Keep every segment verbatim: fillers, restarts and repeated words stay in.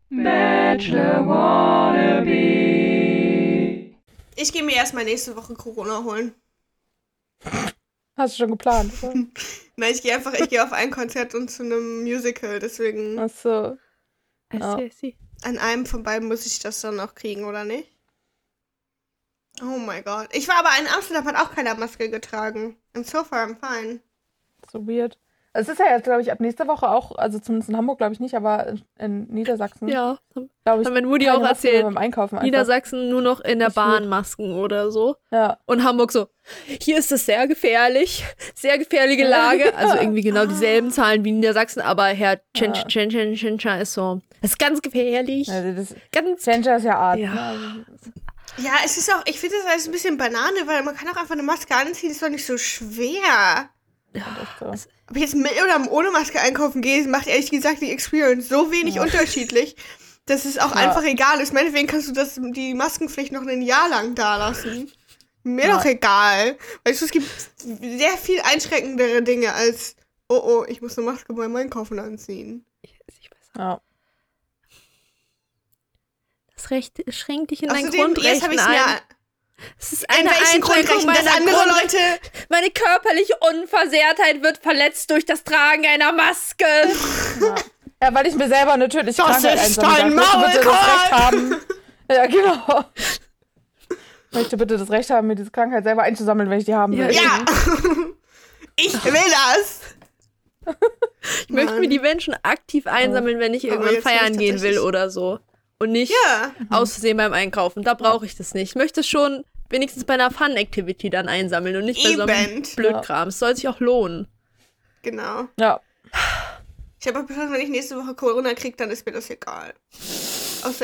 Bachelor Wannabe. Ich gehe mir erstmal nächste Woche Corona holen. Hast du schon geplant, oder? Nein, ich gehe einfach, ich gehe auf ein Konzert und zu einem Musical, deswegen Ach so. I Ja. see, I see. an einem von beiden muss ich das dann noch kriegen, oder nicht? Oh mein Gott. Ich war aber in Amsterdam, hat auch keiner Maske getragen. And so far I'm fine. So weird. Es ist ja jetzt, glaube ich, ab nächster Woche auch, also zumindest in Hamburg, glaube ich nicht, aber in, in Niedersachsen, Ja, glaube ich, hat mein Woody keine auch Maske erzählt. mehr beim Einkaufen einfach. Niedersachsen nur noch in der Das ist gut. Bahn Masken oder so. Ja. Und Hamburg so, hier ist es sehr gefährlich, sehr gefährliche Lage. Also irgendwie genau dieselben Zahlen wie Niedersachsen, aber Herr Ja. Tschentscher ist so, das ist ganz gefährlich. Ja, das Ganz Tschentscher ist ja Art. Ja. Ne? Ja, es ist auch, ich finde das alles ein bisschen Banane, weil man kann auch einfach eine Maske anziehen, ist doch nicht so schwer. So. Ob ich jetzt mit oder ohne Maske einkaufen gehe, macht ehrlich gesagt die Experience so wenig Ja. unterschiedlich, dass es auch Ja. einfach egal ist. Meinetwegen kannst du das, die Maskenpflicht noch ein Jahr lang da lassen. Mir Ja. doch egal. Weißt du, es gibt sehr viel einschränkendere Dinge als, oh oh, ich muss eine Maske beim Einkaufen anziehen. Ich weiß, Ja. das Recht schränkt dich in dein Außerdem, jetzt habe Grundrechten ich es ein. mir... Es ist In eine welchen Einschränkung Grundrechten? Dass meiner andere Grund- Leute... Meine körperliche Unversehrtheit wird verletzt durch das Tragen einer Maske. Ja. Ja, weil ich mir selber natürlich Das Krankheit ist einsammeln dein darf. Ich möchte bitte das Recht Maulkorb! haben. Ja, genau. Ich möchte bitte das Recht haben, mir diese Krankheit selber einzusammeln, wenn ich die haben will. Ja! Ich will das! Ich möchte Mann. mir die Menschen aktiv einsammeln, wenn ich Aber irgendwann jetzt will ich feiern gehen will tatsächlich- oder so. Und nicht Ja. aus Versehen beim Einkaufen. Da brauche ich das nicht. Ich möchte es schon wenigstens bei einer Fun-Activity dann einsammeln und nicht bei so einem Eben. Blödkram. Es soll sich auch lohnen. Genau. Ja. Ich habe auch beschlossen, wenn ich nächste Woche Corona kriege, dann ist mir das egal. Außer...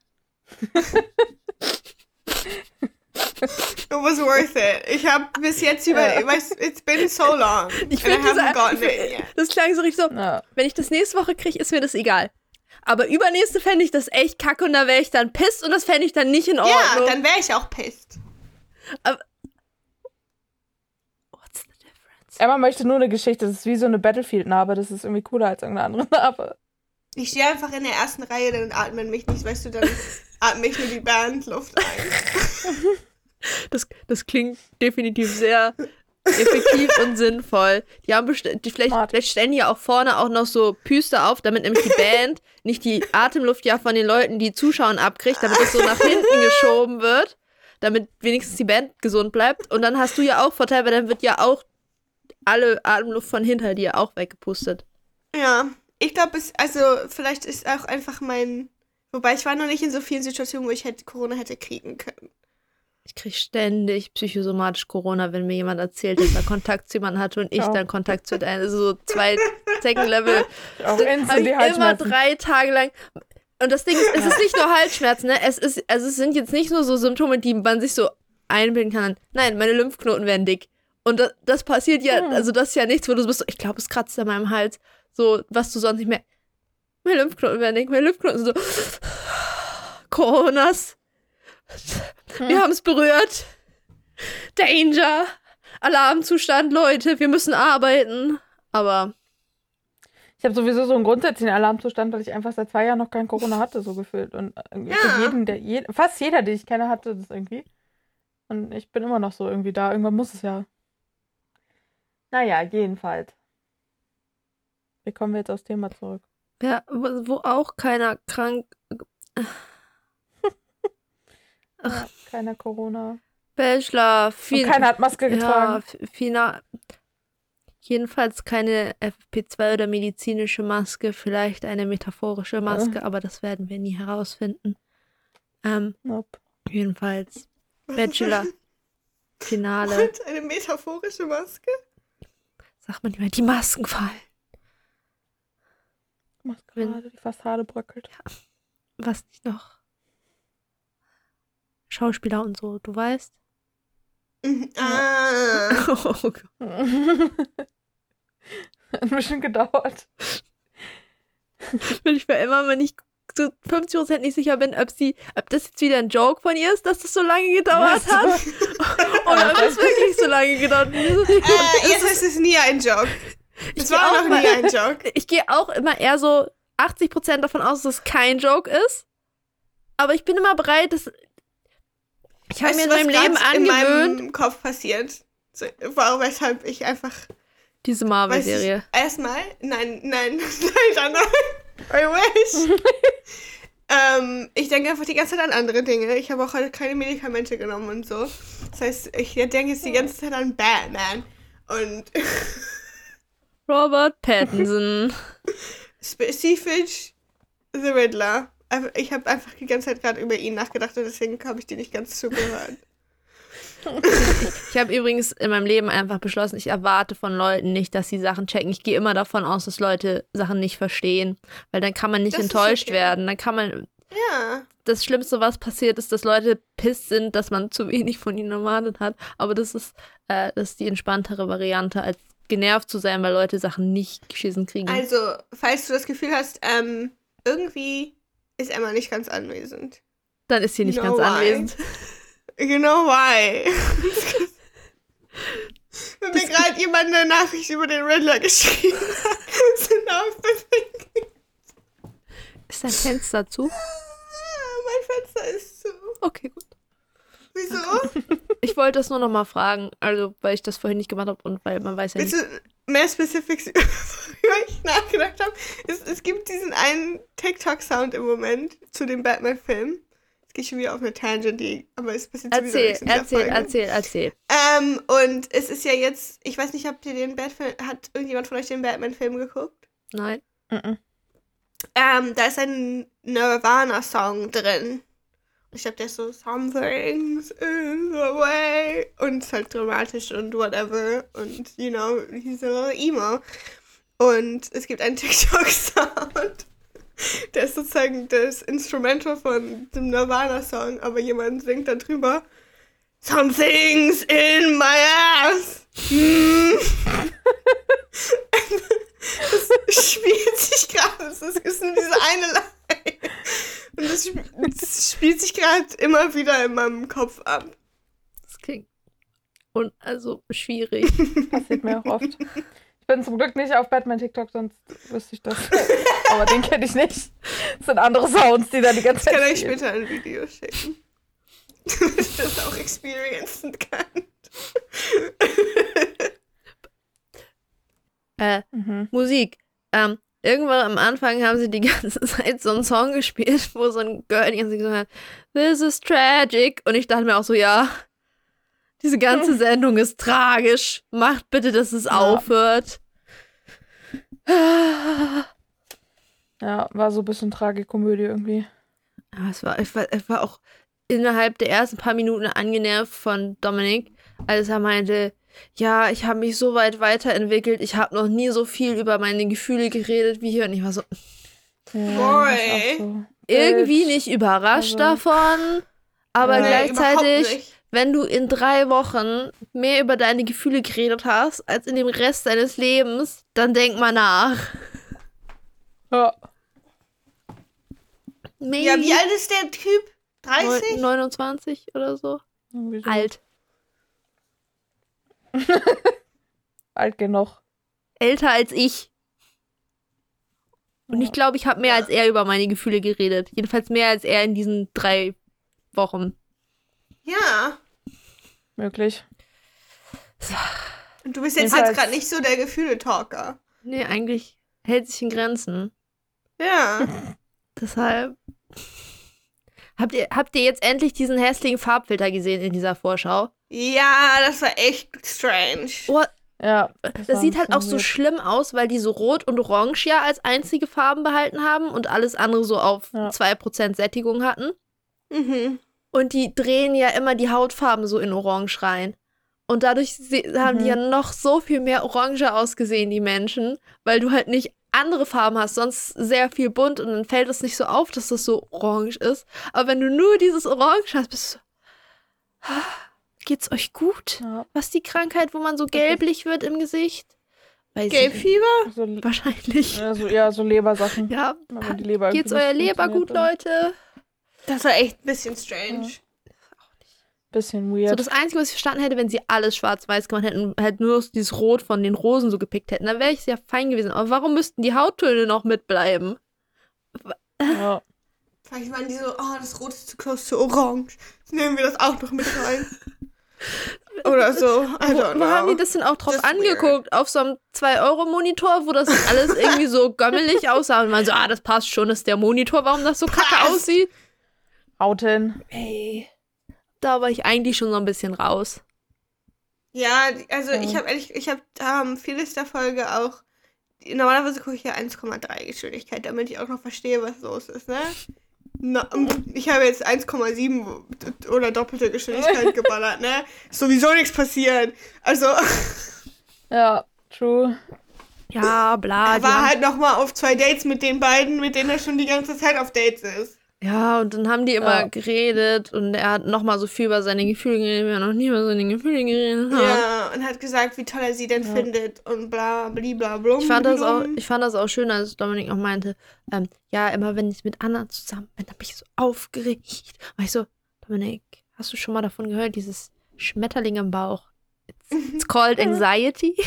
It was worth it. Ich habe bis jetzt über... Ja. Weißt, it's been so long. Ich and I finde, haven't gotten diese- it yet. das klang so richtig so, Ja. wenn ich das nächste Woche kriege, ist mir das egal. Aber übernächste fände ich das echt kacke und da wäre ich dann pisst und das fände ich dann nicht in Ja, Ordnung. dann wäre ich auch pissed. What's the difference? Emma möchte nur eine Geschichte. Das ist wie so eine Battlefield-Narbe. Das ist irgendwie cooler als irgendeine andere Narbe. Ich stehe einfach in der ersten Reihe, dann atmen mich nicht, weißt du, dann atme ich nur die Bandluft ein. Das, das klingt definitiv sehr effektiv und sinnvoll. Die haben best- die vielleicht, Smart. vielleicht stellen die ja auch vorne auch noch so Püste auf, damit nämlich die Band nicht die Atemluft ja von den Leuten, die zuschauen, abkriegt, damit es so nach hinten geschoben wird, damit wenigstens die Band gesund bleibt. Und dann hast du ja auch Vorteil, weil dann wird ja auch alle Atemluft von hinter dir auch weggepustet. Ja, ich glaube, es, also vielleicht ist auch einfach mein, wobei ich war noch nicht in so vielen Situationen, wo ich hätte, Corona hätte kriegen können. Ich kriege ständig psychosomatisch Corona, wenn mir jemand erzählt, dass er Kontakt zu jemandem hatte und ich Ja. dann Kontakt zu einem, also so zwei Second Level. Auch Habe instant ich die immer Halsschmerzen. drei Tage lang. Und das Ding ist, es ist nicht nur Halsschmerzen, ne? Es ist, also es sind jetzt nicht nur so Symptome, die man sich so einbilden kann. Nein, meine Lymphknoten werden dick. Und das, das passiert ja, Hm. also das ist ja nichts, wo du so bist, so, ich glaube, es kratzt an meinem Hals. So, was du sonst nicht mehr. Meine Lymphknoten werden dick, meine Lymphknoten sind so. Coronas. Wir Hm. haben es berührt. Danger. Alarmzustand, Leute, wir müssen arbeiten. Aber Ich habe sowieso so einen grundsätzlichen Alarmzustand, weil ich einfach seit zwei Jahren noch kein Corona hatte, so gefühlt. Und irgendwie Ja. für jeden, der, je, fast jeder, den ich kenne, hatte das irgendwie. Und ich bin immer noch so irgendwie da. Irgendwann muss es ja. Naja, jedenfalls. Wie kommen wir jetzt aufs Thema zurück? ja, wo wo auch keiner krank. Ja, keiner Corona. Bachelor, Und fin keiner hat Maske ja, getragen. f- final. Jedenfalls keine F F P zwei oder medizinische Maske, vielleicht eine metaphorische Maske, aber das werden wir nie herausfinden. Ähm, Nope. jedenfalls Bachelor, Finale. Und eine metaphorische Maske? Sagt man immer, die Masken fallen. Maskerade, die Fassade bröckelt. Was nicht noch? Schauspieler und so, du weißt? Mhm. Ah. Oh Gott. Hat ein bisschen gedauert. Weil ich mir immer, wenn ich so fünfzig Prozent nicht sicher bin, ob sie, ob das jetzt wieder ein Joke von ihr ist, dass das so lange gedauert hat. Oder ob es wirklich so lange gedauert hat. Äh, jetzt ist es nie ein Joke. Ich Es geh war auch noch mal- nie ein Joke. Ich gehe auch immer eher so achtzig Prozent davon aus, dass es kein Joke ist. Aber ich bin immer bereit, dass ich habe mir in meinem Leben angewöhnt, in meinem Kopf passiert. So, warum, weshalb ich einfach diese Marvel-Serie. Erstmal, nein, nein, nein, nein, I wish. ähm, ich denke einfach die ganze Zeit an andere Dinge. Ich habe auch heute keine Medikamente genommen und so. Das heißt, ich denke jetzt die ganze Zeit an Batman. Und Robert Pattinson. Spezifisch The Riddler. Ich habe einfach die ganze Zeit gerade über ihn nachgedacht und deswegen habe ich dir nicht ganz zugehört. Ich habe übrigens in meinem Leben einfach beschlossen, ich erwarte von Leuten nicht, dass sie Sachen checken. Ich gehe immer davon aus, dass Leute Sachen nicht verstehen, weil dann kann man nicht das enttäuscht okay. werden. Dann kann man... Ja. Das Schlimmste, was passiert, ist, dass Leute pisst sind, dass man zu wenig von ihnen erwartet hat. Aber das ist, äh, das ist die entspanntere Variante, als genervt zu sein, weil Leute Sachen nicht geschissen kriegen. Also, falls du das Gefühl hast, ähm, irgendwie ist Emma nicht ganz anwesend. Dann ist sie nicht You ganz know why? anwesend. You know why? Wenn mir gerade jemand eine Nachricht über den Riddler geschrieben hat, sind auf Ist dein Fenster zu? Mein Fenster ist zu. Okay, gut. Wieso? Ich wollte das nur noch mal fragen, also weil ich das vorhin nicht gemacht habe und weil man weiß ja Willst nicht. du mehr Specifics, worüber ich nachgedacht habe? Es, es gibt diesen einen TikTok-Sound im Moment zu dem Batman-Film. Jetzt gehe ich schon wieder auf eine Tangent, die, aber es ist ein bisschen zu Erzähl, in dieser erzähl, Folge. erzähl, erzähl. Ähm, und es ist ja jetzt, ich weiß nicht, habt ihr den Batman, hat irgendjemand von euch den Batman-Film geguckt? Nein. Mhm. Ähm, da ist ein Nirvana-Song drin. Ich glaube, der ist so, Something's in the way. Und ist halt dramatisch und whatever. Und, you know, he's a little emo. Und es gibt einen TikTok-Sound. Der ist sozusagen das Instrumental von dem Nirvana-Song, aber jemand singt da drüber, Something's in my ass. Hm. Das spielt sich gerade, das ist nur diese eine Line. Und das, sp das spielt sich gerade immer wieder in meinem Kopf ab. Das klingt und also schwierig. Passiert mir auch oft. Ich bin zum Glück nicht auf Batman-TikTok, sonst wüsste ich das. Aber den kenne ich nicht. Das sind andere Sounds, die da die ganze Ich kann Zeit euch spielen. später ein Video schicken. Damit ich das auch experiencen kann. Äh, Mhm. Musik. Ähm, irgendwann am Anfang haben sie die ganze Zeit so einen Song gespielt, wo so ein Girl die ganze Zeit gesagt hat, This is tragic. Und ich dachte mir auch so, ja, diese ganze Sendung ist tragisch. Macht bitte, dass es Ja. aufhört. Ja, war so ein bisschen Tragikomödie irgendwie. Aber es war, es war, es war auch innerhalb der ersten paar Minuten angenervt von Dominik, als er meinte, ja, ich habe mich so weit weiterentwickelt, ich habe noch nie so viel über meine Gefühle geredet wie hier. Und ich war so, Ja, Boy. ist auch so. irgendwie Wild. nicht überrascht Also- davon, aber Ja. Nee, überhaupt gleichzeitig, nicht. wenn du in drei Wochen mehr über deine Gefühle geredet hast, als in dem Rest deines Lebens, dann denk mal nach. Ja. Maybe Ja, wie alt ist der Typ? dreißig? neunundzwanzig oder so. Irgendwie so. Alt. Alt genug. Älter als ich. Und Ja. ich glaube, ich habe mehr als er über meine Gefühle geredet. Jedenfalls mehr als er in diesen drei Wochen. Ja. Möglich. Und du bist jetzt, Jedenfalls- jetzt gerade nicht so der Gefühle-Talker. Nee, eigentlich hält sich in Grenzen. Ja. Deshalb. Habt ihr, habt ihr jetzt endlich diesen hässlichen Farbfilter gesehen in dieser Vorschau? Ja, das war echt strange. Oh, Ja. das war sieht ein halt auch bisschen so weird. schlimm aus, weil die so Rot und Orange ja als einzige Farben behalten haben und alles andere so auf Ja. zwei Prozent Sättigung hatten. Mhm. Und die drehen ja immer die Hautfarben so in Orange rein. Und dadurch se- haben die Mhm. ja noch so viel mehr Orange ausgesehen, die Menschen, weil du halt nicht andere Farben hast, sonst sehr viel bunt und dann fällt es nicht so auf, dass das so orange ist. Aber wenn du nur dieses Orange hast, bist du so, "Ah, geht's euch gut? Ja. Was ist die Krankheit, wo man so gelblich wird im Gesicht? Weiß ich nicht. Gelbfieber? So, Wahrscheinlich. ja, so, ja, so Lebersachen. Ja, Wenn die Leber geht's irgendwie euer nicht Leber gut, funktioniert, Leute? Das war echt ein bisschen strange. Bisschen So, weird. das Einzige, was ich verstanden hätte, wenn sie alles schwarz-weiß gemacht hätten und halt nur dieses Rot von den Rosen so gepickt hätten, dann wäre ich sehr fein gewesen. Aber warum müssten die Hauttöne noch mitbleiben? Ja. Vielleicht waren die so, oh, das Rot ist zu close zu orange. Jetzt nehmen wir das auch noch mit rein. Oder so. I don't Wo, wo haben die know. das denn auch drauf Just angeguckt? Auf so einem zwei Euro Monitor, wo das alles irgendwie so gömmelig aussah. Und man so, ah, das passt schon, das ist der Monitor, warum das so kacke Passt. aussieht. Outen. Ey, da war ich eigentlich schon so ein bisschen raus. Ja, also Ja. ich habe ehrlich, ich habe ähm, vieles der Folge auch. Normalerweise gucke ich ja eins Komma drei Geschwindigkeit, damit ich auch noch verstehe, was los ist, ne? Na, ich habe jetzt eins Komma sieben oder doppelte Geschwindigkeit geballert, ne? Ist sowieso nichts passiert. Also, Ja, true. Ja, bla. er die war haben- halt nochmal auf zwei Dates mit den beiden, mit denen er schon die ganze Zeit auf Dates ist. Ja, und dann haben die immer Ja. geredet und er hat nochmal so viel über seine Gefühle geredet, wie er noch nie über seine Gefühle geredet hat. Ja, und hat gesagt, wie toll er sie denn Ja. findet und bla, blibla, blum. Ich fand, das auch, blum. ich fand das auch schön, als Dominik auch meinte, ähm, ja, immer wenn ich mit Anna zusammen bin, dann bin ich so aufgeregt. War ich so, Dominik, hast du schon mal davon gehört, dieses Schmetterling im Bauch? It's, it's called anxiety.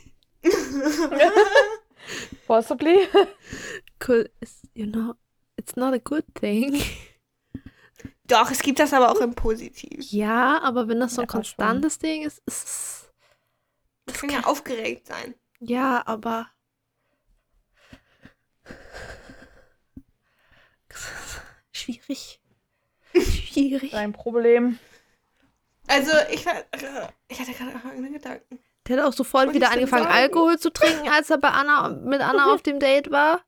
Possibly. Cool, it's, you know, it's not a good thing. Doch, es gibt das aber auch im Positiv. Ja, aber wenn das so ein Ja, konstantes Ding ist, ist es, Das kann ja aufgeregt sein. ja, aber schwierig. Schwierig. Dein Problem. Also, ich, war- ich hatte gerade auch einen Gedanken. Der hat auch sofort Was wieder soll ich denn angefangen, sagen? Alkohol zu trinken, als er bei Anna mit Anna auf dem Date war.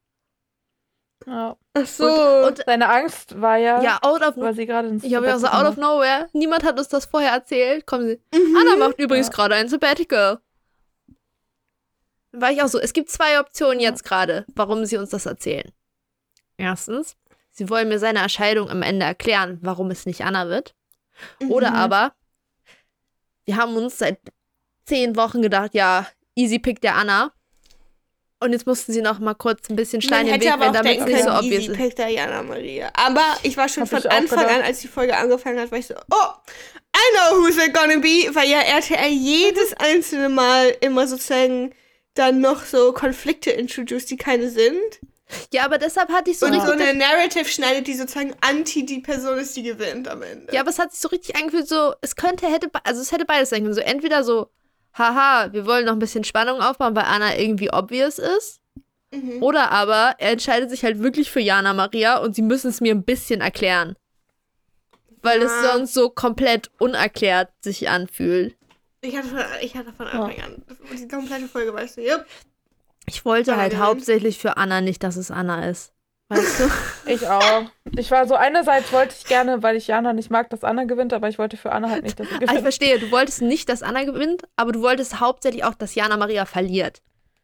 Ja. Ach so. Und, und Seine Angst war ja, ja, out of weil sie gerade ins ich habe ja so out of nowhere. Niemand hat uns das vorher erzählt. Kommen Sie. Mhm. Anna macht übrigens Ja. gerade ein Sabbatical. Dann war ich auch so. Es gibt zwei Optionen Ja. jetzt gerade, warum sie uns das erzählen. Erstens, sie wollen mir seine Erscheidung am Ende erklären, warum es nicht Anna wird. Oder Mhm. aber, wir haben uns seit zehn Wochen gedacht, ja, easy pick der Anna. Und jetzt mussten sie noch mal kurz ein bisschen Stein Man in den hätte Weg aber werden, auch damit es denken nicht so können, obvious easy ist. pick Diana Maria. Aber ich war schon Hab von ich auch Anfang gedacht. an, als die Folge angefangen hat, war ich so, oh, I know who's it gonna be, weil ja R T L jedes einzelne Mal immer sozusagen dann noch so Konflikte introduced, die keine sind. Ja, aber deshalb hatte ich so Und richtig... so eine Narrative schneidet, die sozusagen anti die Person ist, die gewinnt am Ende. Ja, aber es hat sich so richtig angefühlt, so, es könnte, hätte, be- also es hätte beides sein können. So, entweder so, haha, wir wollen noch ein bisschen Spannung aufbauen, weil Anna irgendwie obvious ist. Mhm. Oder aber er entscheidet sich halt wirklich für Jana Maria und sie müssen es mir ein bisschen erklären. Weil es Ja. sonst so komplett unerklärt sich anfühlt. Ich hatte von, ich hatte von Anfang an, die komplette Folge war ich so, yep. Ich wollte Ja, halt wir- hauptsächlich für Anna nicht, dass es Anna ist. Weißt du? Ich auch. Ich war so, einerseits wollte ich gerne, weil ich Jana nicht mag, dass Anna gewinnt, aber ich wollte für Anna halt nicht, dass sie Aber ich gewinnt. verstehe, du wolltest nicht, dass Anna gewinnt, aber du wolltest hauptsächlich auch, dass Jana Maria verliert.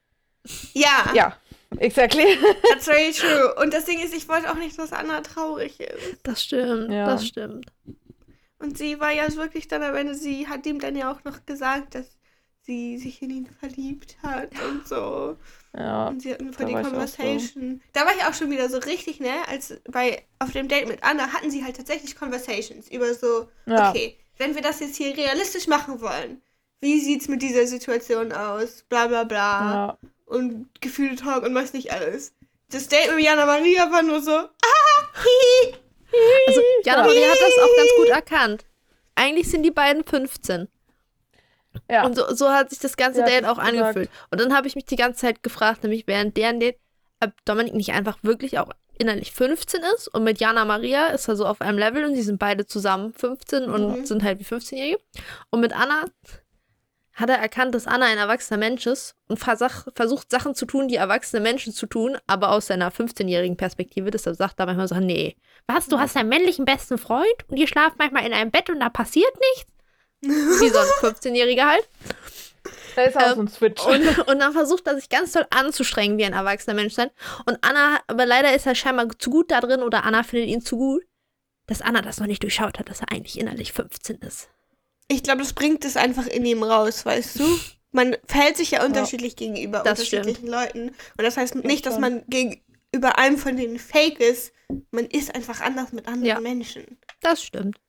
Ja, Ja, exactly. that's very true. Und das Ding ist, ich wollte auch nicht, dass Anna traurig ist. Das stimmt, Ja. das stimmt. Und sie war ja wirklich dann am Ende, sie hat ihm dann ja auch noch gesagt, dass sie sich in ihn verliebt hat und so. Ja, Und sie hatten voll da die war ich auch Conversation. Da war ich auch schon wieder so richtig, ne? Als bei auf dem Date mit Anna hatten sie halt tatsächlich Conversations über so, Ja. okay, wenn wir das jetzt hier realistisch machen wollen, wie sieht's mit dieser Situation aus? Bla bla bla. ja. Und Gefühle Talk und was nicht alles. Das Date mit Jana Maria war nur so, ah, hihi. Also, Jana Maria hat das auch ganz gut erkannt. Eigentlich sind die beiden fünfzehn. Ja. Und so, so hat sich das ganze Sie hat Date es auch gesagt. angefühlt. Und dann habe ich mich die ganze Zeit gefragt, nämlich während deren Date, ob Dominik nicht einfach wirklich auch innerlich fünfzehn ist und mit Jana Maria ist er so auf einem Level und die sind beide zusammen fünfzehn und Mhm. sind halt wie fünfzehnjährige. Und mit Anna hat er erkannt, dass Anna ein erwachsener Mensch ist und versach, versucht Sachen zu tun, die erwachsene Menschen zu tun, aber aus seiner fünfzehnjährigen Perspektive. Deshalb sagt er manchmal so, nee, was, du hast einen männlichen besten Freund und ihr schlaft manchmal in einem Bett und da passiert nichts? Wie so ein fünfzehnjähriger halt. Da ist auch Ähm, so ein Switch. Und, und dann versucht er sich ganz toll anzustrengen, wie ein erwachsener Mensch sein. Und Anna, aber leider ist er scheinbar zu gut da drin oder Anna findet ihn zu gut, dass Anna das noch nicht durchschaut hat, dass er eigentlich innerlich fünfzehn ist. Ich glaube, das bringt es einfach in ihm raus, weißt du? Man verhält sich ja unterschiedlich gegenüber Das unterschiedlichen Leuten. Und das heißt Stimmt nicht, dass schon. man gegenüber einem von denen fake ist. Man ist einfach anders mit anderen Ja. Menschen. Das stimmt.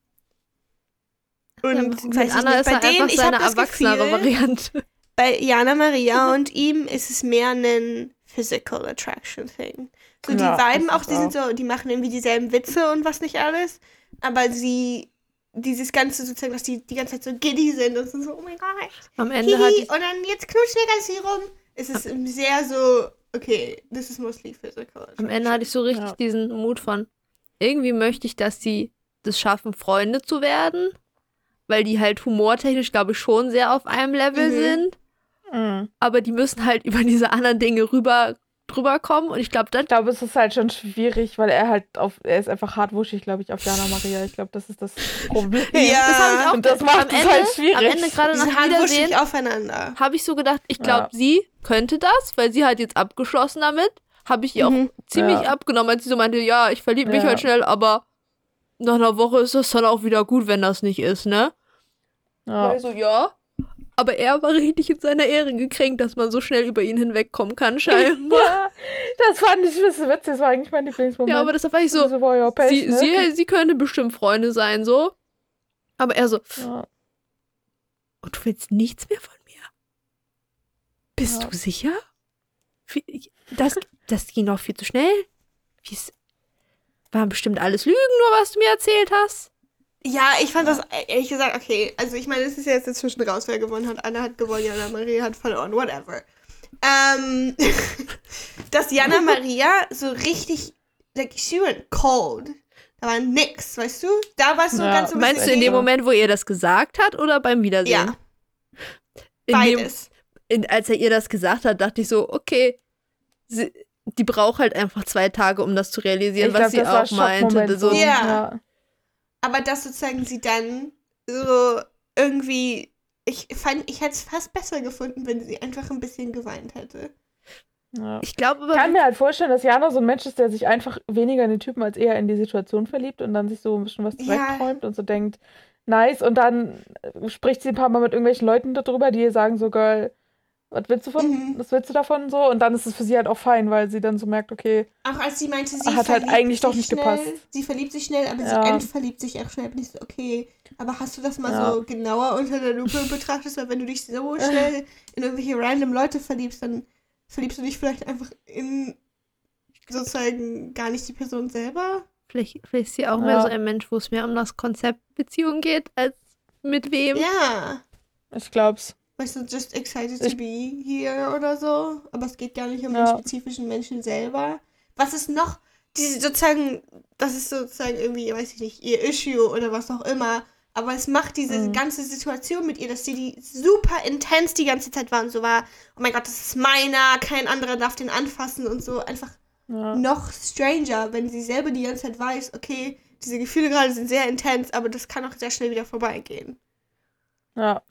Und Ja, weiß mit ich Anna nicht, ist bei er denen, einfach ich habe seine das erwachsenere Gefühl, Variante. bei Jana Maria und ihm ist es mehr ein Physical Attraction Thing. So, die Ja, viben das auch, ist die sind auch. so, die machen irgendwie dieselben Witze und was nicht alles, aber sie, dieses Ganze sozusagen, dass die die ganze Zeit so giddy sind und sind so, oh mein Gott, Am Ende hatte hihi, ich, und dann jetzt knutschen wir ganz viel rum. Es ist sehr so, okay, this is mostly physical am Ende hatte ich so richtig Ja. diesen Mut von, irgendwie möchte ich, dass sie das schaffen, Freunde zu werden, weil die halt humortechnisch, glaube ich, schon sehr auf einem Level Mhm. sind, Mhm. aber die müssen halt über diese anderen Dinge rüber drüber kommen und ich glaube, dann Ich glaube, es ist halt schon schwierig, weil er halt auf, er ist einfach hartwuschig, glaube ich, auf Jana Maria. Ich glaube, das ist das Problem. Ja. das habe ich auch Und das am macht es Ende, halt schwierig. am Ende gerade Die nach sind dem handwuschig Wiedersehen aufeinander. habe ich so gedacht, ich glaube, Ja. sie könnte das, weil sie hat jetzt abgeschlossen damit. Habe ich ihr Mhm. auch ziemlich Ja. abgenommen, als sie so meinte, ja, ich verliebe mich Ja. halt schnell, aber nach einer Woche ist das dann auch wieder gut, wenn das nicht ist, ne? Ja. Also ja. Aber er war richtig in seiner Ehre gekränkt, dass man so schnell über ihn hinwegkommen kann, scheinbar. Ja, das fand ich ein bisschen witzig. Das war eigentlich mein Lieblingsmoment. Ja, aber das war ich so, So war ja Pech, sie, ne? sie, sie könnte bestimmt Freunde sein, so. Aber er so, Ja. und du willst nichts mehr von mir? Bist Ja. du sicher? Wie- Das, das ging doch viel zu schnell. Wie ist, waren bestimmt alles Lügen, nur was du mir erzählt hast. Ja, ich fand das ehrlich gesagt, okay, also ich meine, es ist ja jetzt inzwischen raus, wer gewonnen hat. Anna hat gewonnen, Jana Maria hat verloren, whatever. Ähm, dass Jana Maria so richtig, like, she went cold. Da war nix, weißt du? Da war es so Ja, ganz so ein Meinst du bisschen, in dem Ja. Moment, wo ihr das gesagt hat oder beim Wiedersehen? Ja, in dem, beides. in, als er ihr das gesagt hat, dachte ich so, okay, sie, die braucht halt einfach zwei Tage, um das zu realisieren, Ich was glaub, sie das war auch meinte. Schockmoment So, so. Ja. Ja. Aber dass sozusagen sie dann so irgendwie, ich fand, ich hätte es fast besser gefunden, wenn sie einfach ein bisschen geweint hätte. Ja. Ich glaube Ich aber, kann mir halt vorstellen, dass Jana so ein Mensch ist, der sich einfach weniger in den Typen als eher in die Situation verliebt und dann sich so ein bisschen was Ja. zurechtträumt und so denkt, nice. Und dann äh, spricht sie ein paar Mal mit irgendwelchen Leuten darüber, die ihr sagen so, Girl, was willst du von, Mhm. was willst du davon so? Und dann ist es für sie halt auch fein, weil sie dann so merkt, okay, Auch als sie meinte, sie Hat halt verliebt eigentlich doch sich nicht schnell, gepasst. Sie verliebt sich schnell, aber Ja. sie entverliebt sich auch schnell. Bin ich so, okay, aber hast du das mal Ja. so genauer unter der Lupe betrachtet? Weil wenn du dich so schnell in irgendwelche random Leute verliebst, dann verliebst du dich vielleicht einfach in sozusagen gar nicht die Person selber. vielleicht, vielleicht ist sie auch Ja. mehr so ein Mensch, wo es mehr um das Konzept Beziehung geht, als mit wem. Ja. ich glaub's. Weißt du, just excited Ich- to be here oder so. Aber es geht gar nicht um Ja. den spezifischen Menschen selber. Was ist noch, diese sozusagen, das ist sozusagen irgendwie, weiß ich nicht, ihr Issue oder was auch immer. Aber es macht diese Mhm. ganze Situation mit ihr, dass sie die super intens die ganze Zeit war und so war, oh mein Gott, das ist meiner, kein anderer darf den anfassen und so. Einfach Ja. noch stranger, wenn sie selber die ganze Zeit weiß, okay, diese Gefühle gerade sind sehr intens, aber das kann auch sehr schnell wieder vorbeigehen. Ja.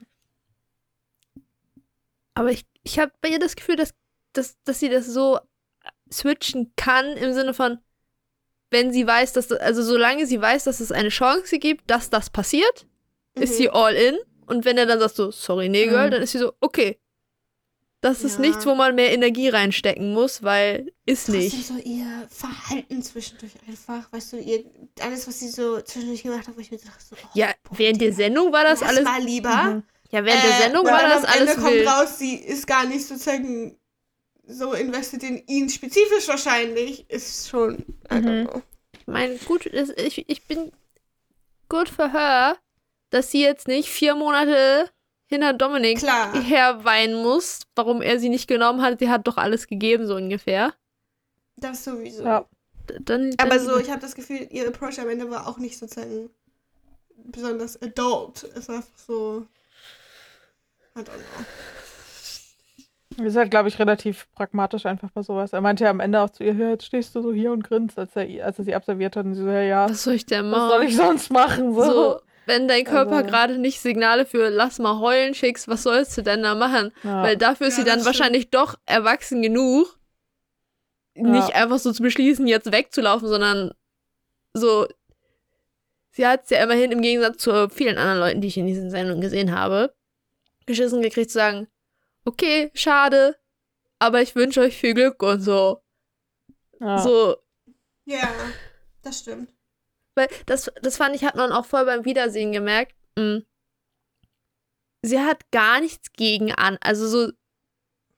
Aber ich, ich habe bei ihr das Gefühl, dass, dass, dass sie das so switchen kann, im Sinne von, wenn sie weiß, dass, das, also solange sie weiß, dass es eine Chance gibt, dass das passiert, ist Mhm. sie all in. Und wenn er dann sagt so, sorry, nee, Girl, Mhm. dann ist sie so, okay. Das ist Ja. nichts, wo man mehr Energie reinstecken muss, weil ist Trotzdem nicht. so ihr Verhalten zwischendurch einfach, weißt du, ihr, alles, was sie so zwischendurch gemacht hat, wo ich mir dachte, so, oh, Ja, boah, während der Digga, Sendung war das lass alles. mal lieber. Mhm. Ja, während der Äh, Sendung weil war dann das am Ende alles kommt wild. raus, sie ist gar nicht sozusagen so investiert in ihn spezifisch wahrscheinlich, ist schon, I don't Mhm. know. Ich meine, gut, es- ich, ich bin gut für her, dass sie jetzt nicht vier Monate hinter Dominik Klar. herweinen muss, warum er sie nicht genommen hat. Sie hat doch alles gegeben, so ungefähr. Das sowieso. Ja. D- Dann, Aber dann, so, ich habe das Gefühl, ihr Approach am Ende war auch nicht sozusagen besonders adult. Es war einfach so, I don't know. Wir sind halt, glaube ich, relativ pragmatisch einfach bei sowas. Er meinte ja am Ende auch zu ihr, "Ja, jetzt stehst du so hier und grinst, als er, als er sie absolviert hat. Und sie so, ja, ja, was soll ich denn was machen? soll ich sonst machen? So. So, wenn dein Körper Also- gerade nicht Signale für lass mal heulen schickst, was sollst du denn da machen? Ja. Weil dafür ist Ja, sie dann das stimmt. wahrscheinlich doch erwachsen genug, nicht einfach so zu beschließen, jetzt wegzulaufen, sondern so. Sie hat es ja immerhin im Gegensatz zu vielen anderen Leuten, die ich in diesen Sendungen gesehen habe, geschissen gekriegt zu sagen, okay, schade, aber ich wünsche euch viel Glück und so. ja. So, Ja, das stimmt. weil das, das fand ich, hat man auch voll beim Wiedersehen gemerkt. Mh, sie hat gar nichts gegen an. Also so,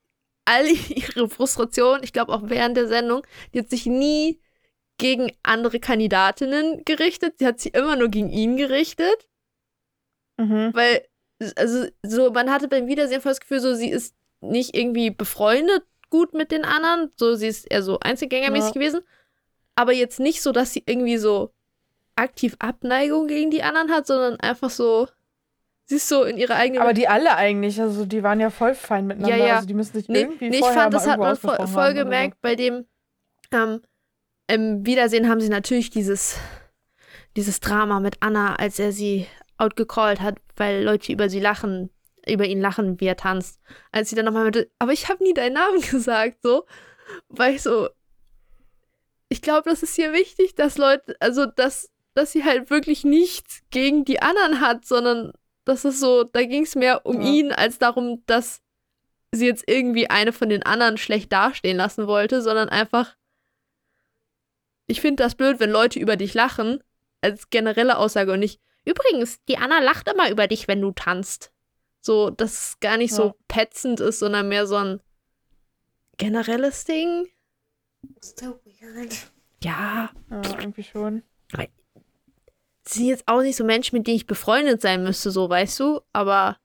all ihre Frustration, ich glaube auch während der Sendung, die hat sich nie gegen andere Kandidatinnen gerichtet, sie hat sich immer nur gegen ihn gerichtet, Mhm. weil, also so, man hatte beim Wiedersehen voll das Gefühl, so, sie ist nicht irgendwie befreundet gut mit den anderen, so, sie ist eher so einzelgängermäßig Ja. gewesen, aber jetzt nicht so, dass sie irgendwie so aktiv Abneigung gegen die anderen hat, sondern einfach so, sie ist so in ihre eigene... Aber die alle eigentlich, also die waren ja voll fein miteinander. Ja, ja. Also die müssen sich Nee, irgendwie nee, ich vorher fand, mal das hat irgendwo man voll, ausgesprochen voll haben oder gemerkt, bei dem ähm, im Wiedersehen haben sie natürlich dieses, dieses Drama mit Anna, als er sie outgecallt hat, weil Leute über sie lachen, über ihn lachen, wie er tanzt. Als sie dann nochmal mit, aber ich habe nie deinen Namen gesagt, so, weil ich so, ich glaube, das ist hier wichtig, dass Leute, also, dass, dass sie halt wirklich nichts gegen die anderen hat, sondern das ist so, da ging es mehr um Ja. ihn, als darum, dass sie jetzt irgendwie eine von den anderen schlecht dastehen lassen wollte, sondern einfach, ich finde das blöd, wenn Leute über dich lachen, als generelle Aussage und nicht, übrigens, die Anna lacht immer über dich, wenn du tanzt. So, dass es gar nicht Ja. so petzend ist, sondern mehr so ein generelles Ding. So weird. Ja, so. Ja, irgendwie schon. sie sind jetzt auch nicht so Menschen, mit denen ich befreundet sein müsste, so, weißt du, aber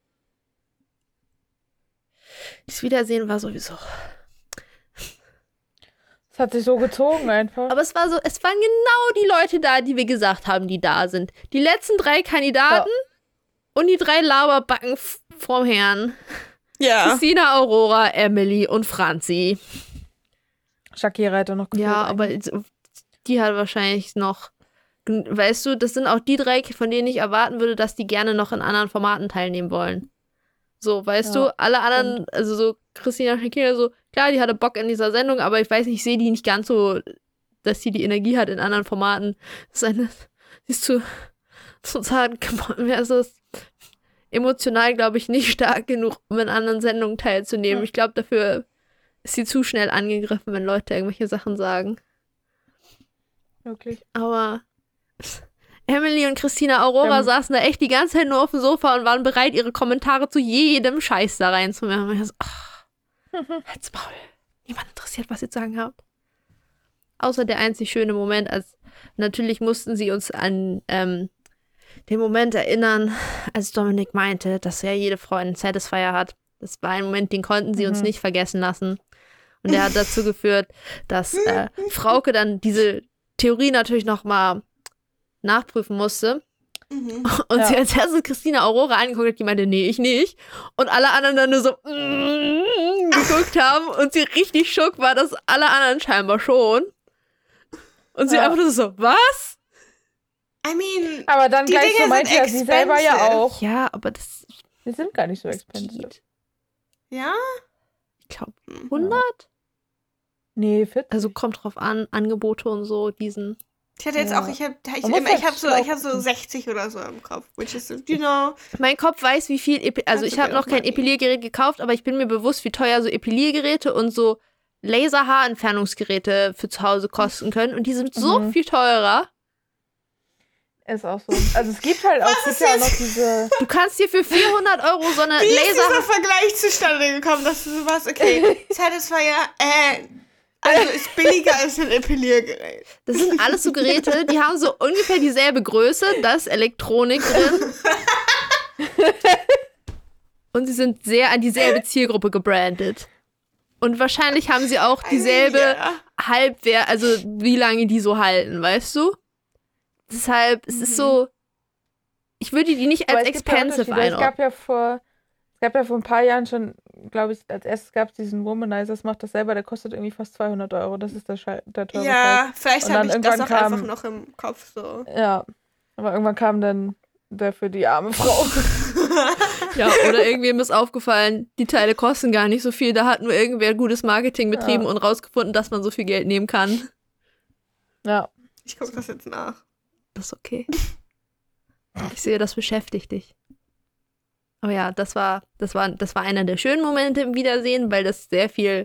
das Wiedersehen war sowieso. Es hat sich so gezogen einfach. Aber es war so, es waren genau die Leute da, die wir gesagt haben, die da sind. Die letzten drei Kandidaten und die drei Laberbacken f- vom Herrn. Ja. Christina, Aurora, Emily und Franzi. Shakira hätte noch gefehlt Ja, aber eigentlich. die hat wahrscheinlich noch, weißt du, das sind auch die drei, von denen ich erwarten würde, dass die gerne noch in anderen Formaten teilnehmen wollen. So, weißt Ja, du, alle anderen, also so Christina, Shakira, so, klar, die hatte Bock in dieser Sendung, aber ich weiß nicht, ich sehe die nicht ganz so, dass sie die Energie hat in anderen Formaten. Das ist eine, sie ist zu, zu zart geworden. Mir ist das emotional, glaube ich, nicht stark genug, um in anderen Sendungen teilzunehmen. Hm. Ich glaube, dafür ist sie zu schnell angegriffen, wenn Leute irgendwelche Sachen sagen. Wirklich. Aber Emily und Christina Aurora Ähm. saßen da echt die ganze Zeit nur auf dem Sofa und waren bereit, ihre Kommentare zu jedem Scheiß da reinzumachen. Und ich so, ach, halt's Maul. Niemand interessiert, was ihr zu sagen habt. Außer der einzig schöne Moment, als natürlich mussten sie uns an ähm, den Moment erinnern, als Dominik meinte, dass ja jede Frau einen Satisfier hat. Das war ein Moment, den konnten sie uns Mhm. nicht vergessen lassen. Und der hat dazu geführt, dass äh, Frauke dann diese Theorie natürlich nochmal nachprüfen musste. Mhm. Und Ja. sie als erstes Christina Aurora angeguckt hat, die meinte, nee, ich nicht. Und alle anderen dann nur so mm, geguckt haben und sie richtig schock war, dass alle anderen scheinbar schon. Und sie Ja. einfach nur so, was? I mean, Aber dann Die gleich Dinger so sind meinte ja sie selber ja expensive. auch. Ja, aber das Die sind gar nicht so expensive. geht. ja? Ich glaube, Hm. hundert? Nee, vierzig. Also kommt drauf an, Angebote und so, diesen. Ich hatte jetzt Ja. auch, ich habe ich, Man muss immer- ich halt hab so, schlau ich hab so gucken. sechzig oder so im Kopf. Which is, you know. Mein Kopf weiß, wie viel, Epi also Kannst ich du habe dir noch auch kein mal Epiliergerät gekauft, aber ich bin mir bewusst, wie teuer so Epiliergeräte und so Laserhaarentfernungsgeräte für zu Hause kosten können. Und die sind so Mhm. viel teurer. Ist auch so. Also es gibt halt auch, es gibt ja auch noch diese. Du kannst dir für vierhundert Euro so eine Wie ist Laser... dieser Vergleich zustande gekommen, dass du so was, okay, Satisfier, äh, also ist billiger als ein Epiliergerät. Das sind alles so Geräte, die haben so ungefähr dieselbe Größe, da ist Elektronik drin. Und sie sind sehr an dieselbe Zielgruppe gebrandet. Und wahrscheinlich haben sie auch dieselbe Ja. Halbwehr, also wie lange die so halten, weißt du? Deshalb, es ist so, ich würde die nicht Aber als es gibt ja expensive Unterschiede. Es einordnen. gab ja vor, es gab ja vor ein paar Jahren schon, glaube ich, als erstes gab es diesen Womanizer, das macht das selber, der kostet irgendwie fast zweihundert Euro. Das ist der, Schei der teure Scheiß. Ja, vielleicht Und habe dann ich das auch irgendwann kam- einfach noch im Kopf so. Ja, aber irgendwann kam dann der für die arme Frau. Ja, oder irgendwem ist aufgefallen, die Teile kosten gar nicht so viel, da hat nur irgendwer gutes Marketing betrieben Ja. und rausgefunden, dass man so viel Geld nehmen kann. Ja, Ich gucke das jetzt nach. Das ist okay. Ich sehe, das beschäftigt dich. Aber ja, das war, das war, das war einer der schönen Momente im Wiedersehen, weil das sehr viel.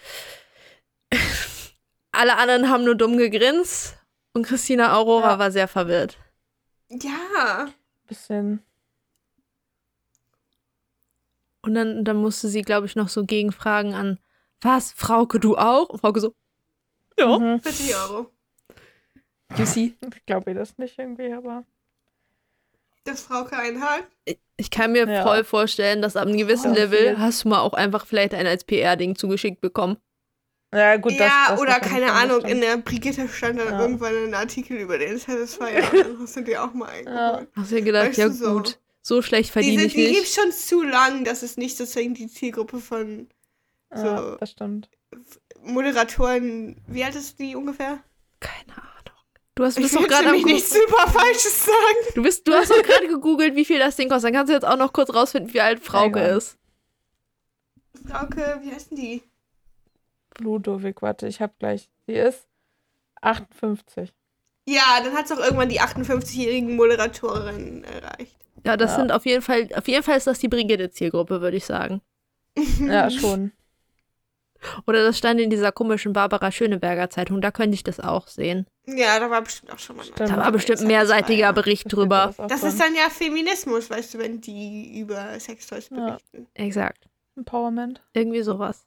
Alle anderen haben nur dumm gegrinst und Christina Aurora Ja. war sehr verwirrt. Ja. bisschen. Und dann, dann musste sie, glaube ich, noch so Gegenfragen an was, Frauke, du auch? Und Frauke so, ja, Mhm. vierzig Euro. you see. Ich glaube ihr das nicht irgendwie, aber. Dass Frauke einen hat. Ich kann mir Ja. voll vorstellen, dass ab einem gewissen Oh, Level viel. hast du mal auch einfach vielleicht ein als P R-Ding zugeschickt bekommen. Ja, gut, das, ja, das oder wahrscheinlich keine schon, das Ahnung, stimmt. in der Brigitte stand dann Ja. irgendwann ein Artikel über den Satisfier und dann hast du die auch mal eingeholt. Hast du dir gedacht, Weißt ja du so? gut, so schlecht Die, verdiene sind, ich die nicht. gibt's schon zu lang, dass es nicht sozusagen die Zielgruppe von Ja, so das stimmt. Moderatoren, wie alt ist die ungefähr? Keine Ahnung. Du hast, du Ich bist doch will gerade am nämlich Gu- nichts super Falsches sagen. du bist, du hast doch gerade gegoogelt, wie viel das Ding kostet. Dann kannst du jetzt auch noch kurz rausfinden, wie alt Frauke Egal. ist. Frauke, wie heißt denn die? Ludowig, warte, ich hab gleich. Sie ist achtundfünfzig. Ja, dann hat es auch irgendwann die achtundfünfzigjährigen Moderatorin erreicht. Ja, das Ja. sind auf jeden Fall, auf jeden Fall ist das die Brigitte-Zielgruppe, würde ich sagen. Ja, schon. Oder das stand in dieser komischen Barbara Schöneberger Zeitung, da könnte ich das auch sehen. Ja, da war bestimmt auch schon mal ein Stimmt. Da war Artikel bestimmt ein über mehrseitiger Satisfier. Bericht Da steht drüber. sowas auch Das drin. ist dann ja Feminismus, weißt du, wenn die über Sextoys Ja. berichten. Exakt. Empowerment. Irgendwie sowas.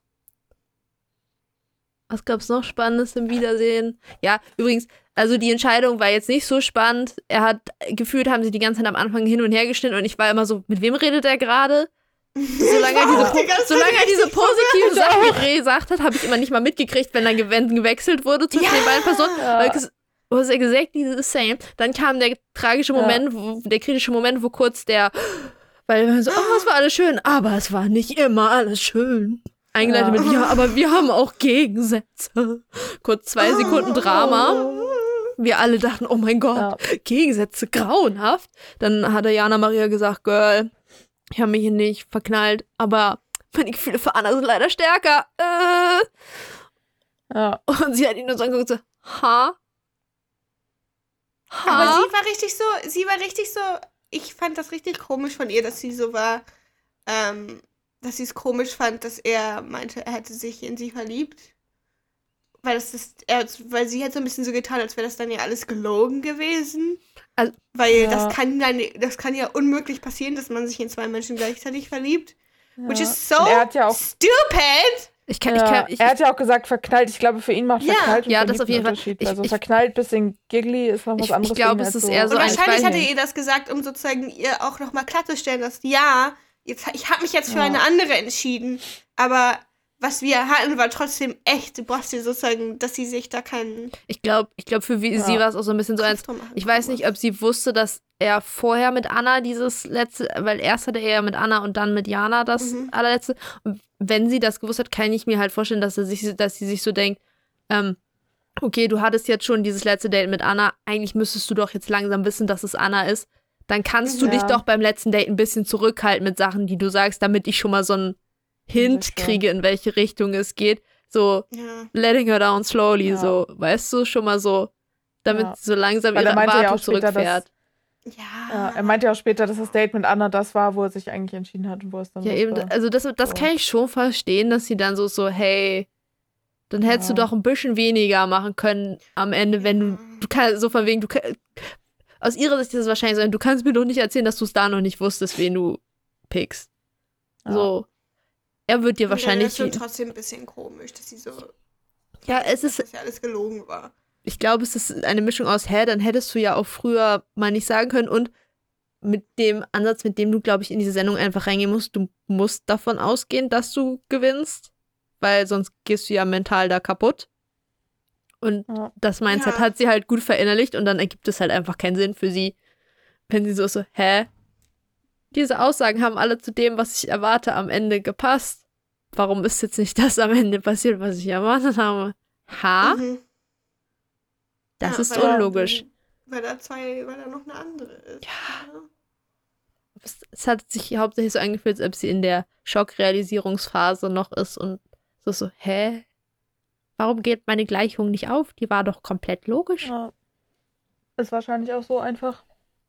Was gab's noch Spannendes im Wiedersehen? Ja, übrigens, also die Entscheidung war jetzt nicht so spannend. Er hat, gefühlt haben sie die ganze Zeit am Anfang hin und her geschnitten und ich war immer so, mit wem redet er gerade? Solange er diese, auch die ganze solange Zeit er diese richtig positiven Sachen gesagt hat, habe ich immer nicht mal mitgekriegt, wenn dann gew- gewechselt wurde zwischen Ja. den beiden Personen. Ja. Weil es was exactly the same. Dann kam der tragische Ja. Moment, wo, der kritische Moment, wo kurz der, weil wir so, oh, es war alles schön, aber es war nicht immer alles schön. Eingeleitet Ja. mit, ja, aber wir haben auch Gegensätze. Kurz zwei Sekunden Drama. Wir alle dachten, oh mein Gott, Ja. Gegensätze, grauenhaft. Dann hatte Jana Maria gesagt, Girl, ich habe mich hier nicht verknallt, aber meine Gefühle für Anna sind leider stärker. Äh. Ja. Und sie hat ihn nur so angeguckt, so, ha? Ha? Aber sie war richtig so, sie war richtig so, ich fand das richtig komisch von ihr, dass sie so war, ähm, dass sie es komisch fand, dass er meinte, er hätte sich in sie verliebt. Weil das ist, er, weil sie hat so ein bisschen so getan, als wäre das dann ja alles gelogen gewesen. Also- weil Ja. das kann dann, das kann ja unmöglich passieren, dass man sich in zwei Menschen gleichzeitig verliebt. Which Ja. is so Und er hat ja auch, stupid! ich kann, ja, ich kann, ich, er hat ja auch gesagt, verknallt. Ich glaube, für ihn macht Ja. verknallt und Ja, das verliebt auf jeden einen Fall. Unterschied. Ich- Also ich- verknallt bisschen giggly ist noch was Ich- ich anderes. glaube, für ihn es als ist eher so Und ein- wahrscheinlich ich weiß hatte nicht. ihr das gesagt, um sozusagen ihr auch nochmal klarzustellen, dass ja, jetzt, ich habe mich jetzt für Ja. eine andere entschieden, aber was wir hatten, war trotzdem echt. Du brauchst dir sozusagen, dass sie sich da keinen ich glaube, ich glaube, für wie, Ja. sie war es auch so ein bisschen so eins. Kopf drum machen Ich weiß nicht, ob sie wusste, dass er vorher mit Anna dieses letzte, weil erst hatte er ja mit Anna und dann mit Jana das Mhm. allerletzte. Und wenn sie das gewusst hat, kann ich mir halt vorstellen, dass er sich, dass sie sich so denkt, ähm, okay, du hattest jetzt schon dieses letzte Date mit Anna, eigentlich müsstest du doch jetzt langsam wissen, dass es Anna ist. Dann kannst du Ja. dich doch beim letzten Date ein bisschen zurückhalten mit Sachen, die du sagst, damit ich schon mal so einen Hint Sicher. kriege, in welche Richtung es geht. So, Ja. letting her down slowly, Ja. so, weißt du, schon mal so, damit Ja. sie so langsam Weil ihre er meinte ja Erwartung auch später, dass- zurückfährt. Ja. Ja, er meinte ja auch später, dass das Date mit Anna das war, wo er sich eigentlich entschieden hat und wo es dann Ja, wusste. eben, also das, das So. kann ich schon verstehen, dass sie dann so, so, hey, dann hättest Ja. du doch ein bisschen weniger machen können am Ende, wenn du, du kannst, so von wegen, du kann- aus ihrer Sicht ist es wahrscheinlich so, du kannst mir doch nicht erzählen, dass du es da noch nicht wusstest, wen du pickst. Ja. So. Er wird dir Ja, das wahrscheinlich, ist schon trotzdem ein bisschen komisch, dass sie so, ja, es dass ist, das ja alles gelogen war. ich glaube, es ist eine Mischung aus, hä, dann hättest du ja auch früher mal nicht sagen können und mit dem Ansatz, mit dem du, glaube ich, in diese Sendung einfach reingehen musst, du musst davon ausgehen, dass du gewinnst, weil sonst gehst du ja mental da kaputt. Und Ja. das Mindset Ja. hat sie halt gut verinnerlicht und dann ergibt es halt einfach keinen Sinn für sie, wenn sie so ist, so, hä? Diese Aussagen haben alle zu dem, was ich erwarte, am Ende gepasst. Warum ist jetzt nicht das am Ende passiert, was ich erwartet habe? Ha? Mhm. Das Ja, ist weil- unlogisch. Weil da zwei, weil da noch eine andere ist. Ja. Es, es hat sich hauptsächlich so angefühlt, als ob sie in der Schockrealisierungsphase noch ist und so so, hä? Warum geht meine Gleichung nicht auf? Die war doch komplett logisch. Ja. Ist wahrscheinlich auch so einfach.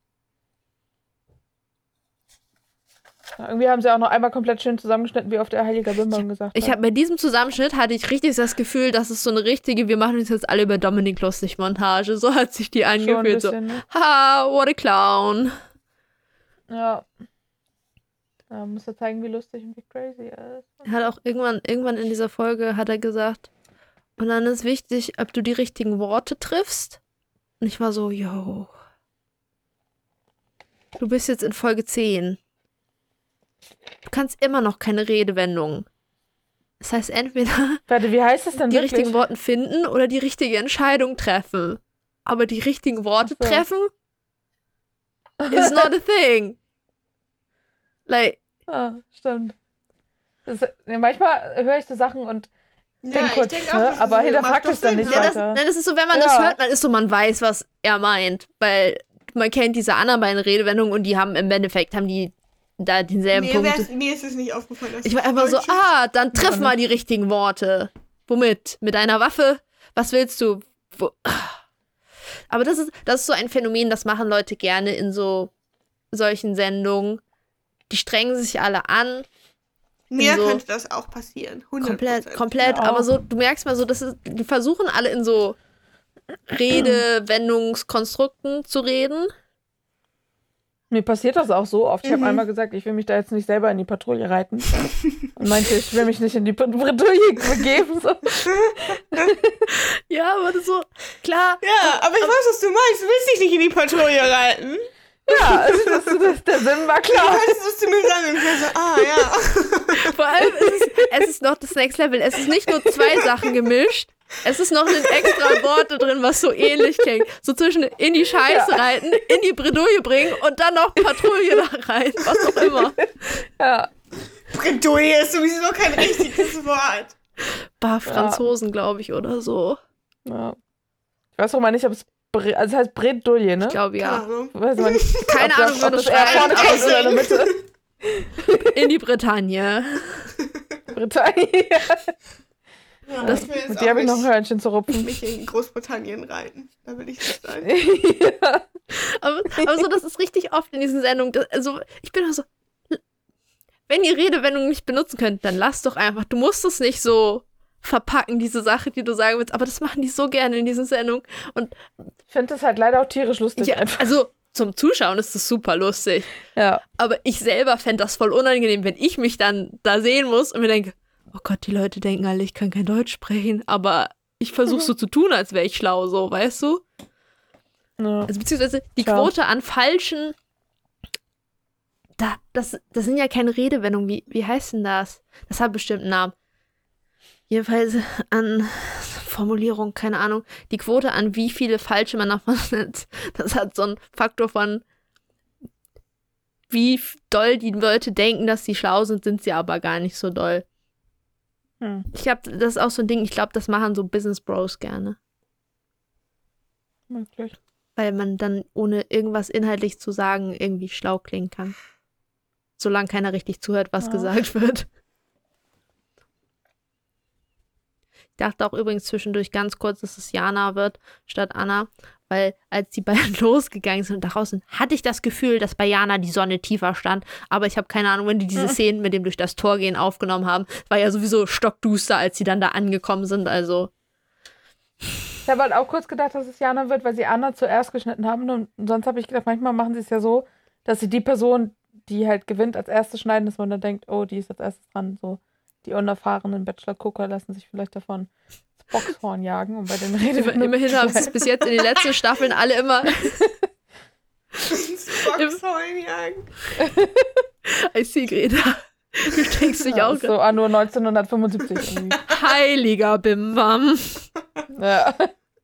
Ja, irgendwie haben sie auch noch einmal komplett schön zusammengeschnitten, wie auf der Heiliger Bimbam gesagt Ich hat. habe bei diesem Zusammenschnitt hatte ich richtig das Gefühl, dass es so eine richtige, wir machen uns jetzt alle über Dominik lustig Montage. So hat sich die Schon ein angefühlt. So, bisschen, ne? ha, what a clown. Ja. Ja, muss er zeigen, wie lustig und wie crazy er ist. Er hat auch irgendwann, irgendwann in dieser Folge hat er gesagt, und dann ist wichtig, ob du die richtigen Worte triffst. Und ich war so, yo. Du bist jetzt in Folge zehn. Du kannst immer noch keine Redewendung. Das heißt, entweder Warte, wie heißt das denn die wirklich? richtigen Worte finden oder die richtige Entscheidung treffen. Aber die richtigen Worte Ach so. treffen is not a thing. Like, Ah, stimmt. Das, ja, manchmal höre ich so Sachen und denk kurz, denk ne? das Aber ist- hinterfragt macht es dann doch nicht Sinn, ja, ja. das, weiter. nein, das ist so, wenn man Ja. das hört, dann ist so, man weiß, was er meint. Weil man kennt diese anderen beiden Redewendungen und die haben im Endeffekt, haben die da denselben Mir, Punkt. wär's- mir ist es nicht aufgefallen. dass Ich war es einfach so, Deutsch ist. ah, dann triff Ja, mal die richtigen Worte. Womit? Mit einer Waffe? Was willst du? Wo? Aber das ist, das ist so ein Phänomen, das machen Leute gerne in so solchen Sendungen. Die strengen sich alle an. Mir so- könnte das auch passieren. hundert Komplett, Prozent. komplett. Ja. Aber so, du merkst mal so, dass es, die versuchen alle in so Redewendungskonstrukten zu reden. Mir passiert das auch so oft. Ich Mhm. habe einmal gesagt, ich will mich da jetzt nicht selber in die Patrouille reiten. Und meinte, ich will mich nicht in die Pat- Patrouille begeben. So. Ja, aber das so, klar. Ja, aber ich weiß, was du meinst. Du willst dich nicht in die Patrouille reiten. Ja, also das, das, der Sinn war Du klar. wolltest es zu mir sagen und ich war so, ah, ja. Vor allem ist es, es ist noch das Next Level. Es ist nicht nur zwei Sachen gemischt. Es ist noch ein extra Worte drin, was so ähnlich klingt. So zwischen in die Scheiße Ja. reiten, in die Bredouille bringen und dann noch Patrouille da rein. Was auch immer. Ja. Bredouille ist sowieso kein richtiges Wort. Bah, Franzosen, glaube ich, oder so. Ja. Ich weiß auch mal nicht, ob es Bre also es heißt Bredouille, ne? Ich glaube, Keine ja. Ahnung. Weiß man nicht, Keine ob Ahnung, das, wie ob man das das eher schreibt. vorne kommt oder in der Mitte. In die Bretagne. Bretagne. Ja, Das, ich will jetzt mit auch dir habe ich noch ein nicht Hörnchen zu rupfen. mich in Großbritannien reiten. Da will ich nicht sein. Ja. Aber, aber so, das ist richtig oft in diesen Sendungen. Das, also, ich bin auch so, wenn ihr Redewendungen nicht benutzen könnt, dann lasst doch einfach. Du musst es nicht so verpacken, diese Sache, die du sagen willst. Aber das machen die so gerne in diesen Sendungen. Und Ich finde das halt leider auch tierisch lustig ja, einfach. also zum Zuschauen ist das super lustig. Ja. Aber ich selber fände das voll unangenehm, wenn ich mich dann da sehen muss und mir denke, oh Gott, die Leute denken alle, ich kann kein Deutsch sprechen, aber ich versuche so zu tun, als wäre ich schlau, so, weißt du? Ja. Also beziehungsweise die Klar. Quote an falschen, da, das, das sind ja keine Redewendungen, wie, wie heißt denn das? Das hat bestimmt einen Namen. Jedenfalls an Formulierung, keine Ahnung, die Quote an wie viele falsche man davon hat, das hat so einen Faktor von wie f- doll die Leute denken, dass sie schlau sind, sind sie aber gar nicht so doll. Hm. Ich glaube, das ist auch so ein Ding, ich glaube, das machen so Business Bros gerne. Möglich. Weil man dann, ohne irgendwas inhaltlich zu sagen, irgendwie schlau klingen kann. Solange keiner richtig zuhört, was Ja. gesagt wird. Ich dachte auch übrigens zwischendurch ganz kurz, dass es Jana wird, statt Anna. Weil als die beiden losgegangen sind und da draußen, hatte ich das Gefühl, dass bei Jana die Sonne tiefer stand. Aber ich habe keine Ahnung, wenn die diese Szenen mit dem durch das Tor gehen aufgenommen haben. War ja sowieso stockduster, als sie dann da angekommen sind. Also, Ich habe halt auch kurz gedacht, dass es Jana wird, weil sie Anna zuerst geschnitten haben. Und sonst habe ich gedacht, manchmal machen sie es ja so, dass sie die Person, die halt gewinnt, als erstes schneiden, dass man dann denkt, oh, die ist als erstes dran. So, die unerfahrenen Bachelor-Gucker lassen sich vielleicht davon das Boxhorn jagen und bei den Redewendungen. immerhin haben sie es bis jetzt in den letzten Staffeln alle immer. Boxhorn jagen. I see, Greta. Du steckst dich Ja, auch. ist so ah, nur neunzehnhundertfünfundsiebzig irgendwie. Heiliger Bimbam. Ja.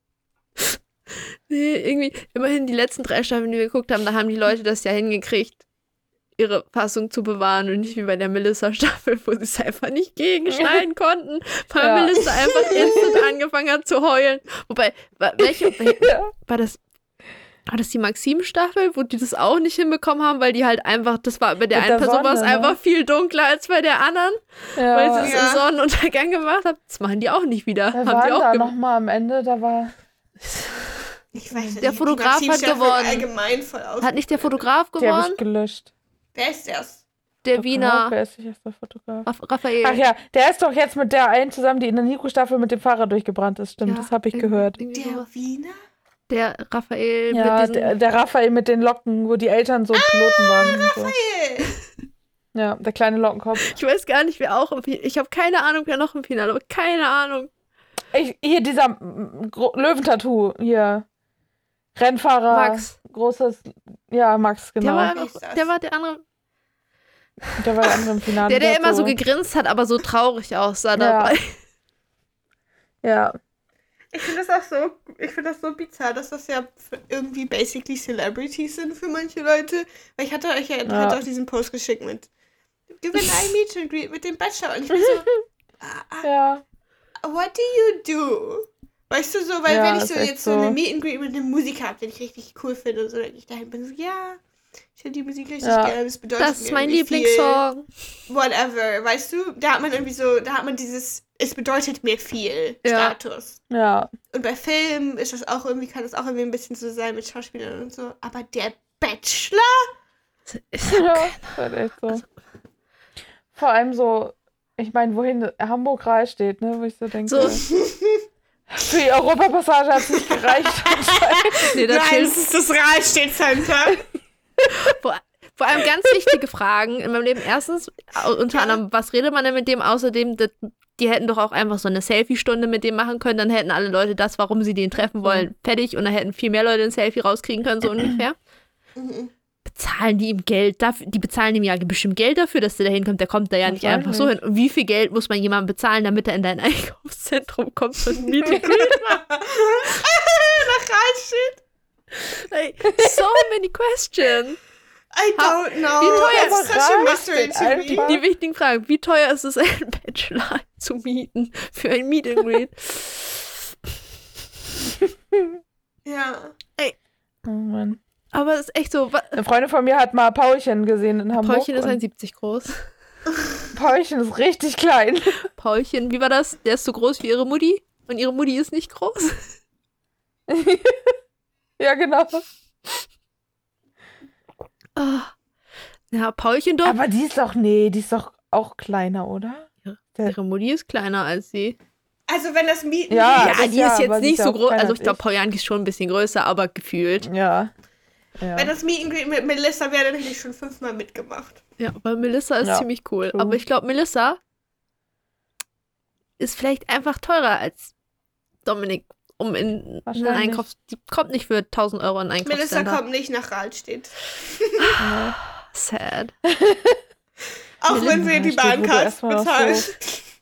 Nee, irgendwie, immerhin die letzten drei Staffeln, die wir geguckt haben, da haben die Leute das ja hingekriegt, ihre Fassung zu bewahren und nicht wie bei der Melissa-Staffel, wo sie es einfach nicht gegenschneiden konnten, weil Ja. Melissa einfach instant angefangen hat zu heulen. Wobei, wa- welche, wel- Ja. war das, war das die Maxim-Staffel, wo die das auch nicht hinbekommen haben, weil die halt einfach, das war bei der Mit einen der Person war es Sonne, ne? einfach viel dunkler als bei der anderen, weil Ja. sie es Ja. im Sonnenuntergang gemacht haben. Das machen die auch nicht wieder. Wer haben war die denn auch da gemacht. nochmal am Ende? Da war. Ich weiß nicht, Der die Fotograf hat Maxim-Staffel gewonnen. allgemein voll aus. Hat nicht der Fotograf Die habe gewonnen? ich gelöscht. Wer ist das? Der Fotograf? Wiener Wer ist nicht der Fotograf? Raff- Raphael. Ach ja, der ist doch jetzt mit der einen zusammen, die in der Nico-Staffel mit dem Fahrrad durchgebrannt ist. Stimmt, Ja, das habe ich irgendwie- gehört. irgendwie Der sowas. Wiener? Der Raphael Ja, mit diesen, der, der Raphael mit den Locken, wo die Eltern so Piloten waren. Und so. Hey. Ja, der kleine Lockenkopf. Ich weiß gar nicht, wer auch im Finale. Ich habe keine Ahnung, wer noch im Finale war. Keine Ahnung. Ich, hier dieser mm, Gro- Löwentattoo, hier. Rennfahrer. Max. Großes. Ja, Max, genau. Der war, Wie einfach, ist das? der war der andere. Der war der andere im Finale. Der, der hat immer so gegrinst hat, aber so traurig aussah Ja. dabei. Ja. Ich finde das auch so, ich finde das so bizarr, dass das ja für irgendwie basically Celebrities sind für manche Leute. Weil ich hatte euch ja, Ja. hatte auch diesen Post geschickt mit gewinne ein Meet and Greet mit dem Bachelor. Und ich bin so, ah, Ja. what do you do? Weißt du, so, weil Ja, wenn ich ist so echt jetzt so so. eine Meet and Greet mit einem Musiker habe, den ich richtig cool finde und so, dann ich dahin bin so, ja, ich finde die Musik richtig Ja. gerne, das bedeutet Das ist mir mein irgendwie Lieblingssong. Viel, whatever, weißt du? Da hat man irgendwie so, da hat man dieses, es bedeutet mir viel Ja. Status. Ja. Und bei Filmen ist das auch irgendwie, kann das auch irgendwie ein bisschen so sein mit Schauspielern und so. Aber der Bachelor? Ist Ja, ist halt echt so. Vor allem so, ich meine, wohin Hamburg Real steht, ne, wo ich so denke, So. für die Europapassage hat es nicht gereicht. Nee, da Nein, chillt- es ist das Rahlstedt Center. Vor, vor allem ganz wichtige Fragen in meinem Leben. Erstens, au- unter anderem, was redet man denn mit dem? Außerdem, das, die hätten doch auch einfach so eine Selfie-Stunde mit dem machen können. Dann hätten alle Leute das, warum sie den treffen wollen, fertig. Und dann hätten viel mehr Leute ein Selfie rauskriegen können, so ungefähr. Mhm. Bezahlen die ihm Geld dafür? Die bezahlen ihm ja bestimmt Geld dafür, dass der da hinkommt. Der kommt da ja nicht einfach so hin. Und wie viel Geld muss man jemandem bezahlen, damit er in dein Einkaufszentrum kommt und Meeting? Nach Rahlstedt? Like, so many questions. I Ha- don't know. wie teuer It's ist such a mystery Rahlstedt to me. einfach? Die wichtigen Fragen. Wie teuer ist es, einen Bachelor zu mieten für ein Meet and Greet? Ja. Oh Mann. Aber es ist echt so, wa- Eine Freundin von mir hat mal Paulchen gesehen in Hamburg. Paulchen ist und ein siebzig groß. Paulchen ist richtig klein. Paulchen, wie war das? Der ist so groß wie ihre Mutti und ihre Mutti ist nicht groß. Ja, genau. Ah. Ja, Paulchen doch. Aber die ist doch, nee, die ist doch auch kleiner, oder? Ihre Mutti ist kleiner als sie. Also wenn das Mieten... Ja, Ja, das die ja, ist jetzt aber sie nicht ist so ja auch groß. kleiner Also als ich glaube, ich. Paulianki ist schon ein bisschen größer, aber gefühlt. Ja. Ja. Wenn das Meet and Greet mit Melissa wäre, dann hätte ich schon fünfmal mitgemacht. Ja, weil Melissa ist Ja, ziemlich cool. true. Aber ich glaube, Melissa ist vielleicht einfach teurer als Dominik, um in einen Wahrscheinlich. Einkaufs... Die kommt nicht für tausend Euro in ein Melissa Einkaufscenter. kommt nicht nach Rahlstedt. Ja. Sad. Auch Melissa wenn wir die steht, wo du Bahncard erstmal noch bezahlen. so-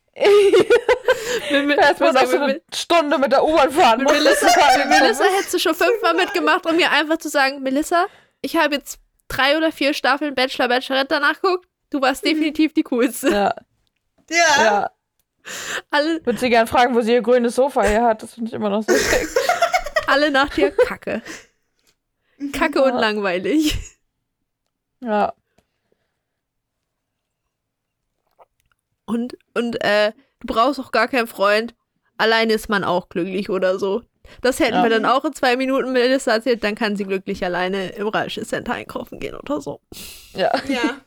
Mit, mit, Erstmal noch mit, so eine mit, Stunde mit der U-Bahn fahren. mit Melissa, mit Melissa hättest du schon fünfmal mitgemacht, um mir einfach zu sagen, Melissa, ich habe jetzt drei oder vier Staffeln Bachelor, Bachelorette danach geguckt. Du warst definitiv die coolste. Ja, Ja. ja. Alle, Würde sie gern fragen, wo sie ihr grünes Sofa her hat. Das finde ich immer noch so schick. alle nach dir Kacke. Kacke und Ja. langweilig. Ja. Und, und äh, du brauchst auch gar keinen Freund. Alleine ist man auch glücklich oder so. Das hätten Ja. wir dann auch in zwei Minuten Melissa erzählt. Dann kann sie glücklich alleine im Rahlstedt Center einkaufen gehen oder so. Ja. Ja.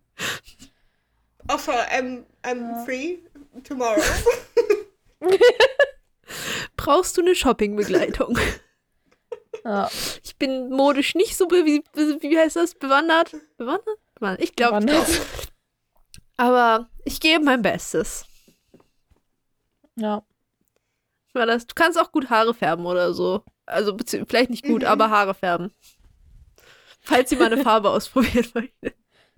Also, I'm, I'm free tomorrow. Brauchst du eine Shoppingbegleitung? Ja. Ich bin modisch nicht so, be wie, wie heißt das, bewandert? Bewandert? Bewandert. Ich glaube, ich Bewandert. glaub. Aber ich gebe mein Bestes. Ja. War das, du kannst auch gut Haare färben oder so. Also bezieh- vielleicht nicht gut, Mhm. aber Haare färben. Falls sie mal eine Farbe ausprobieren möchte.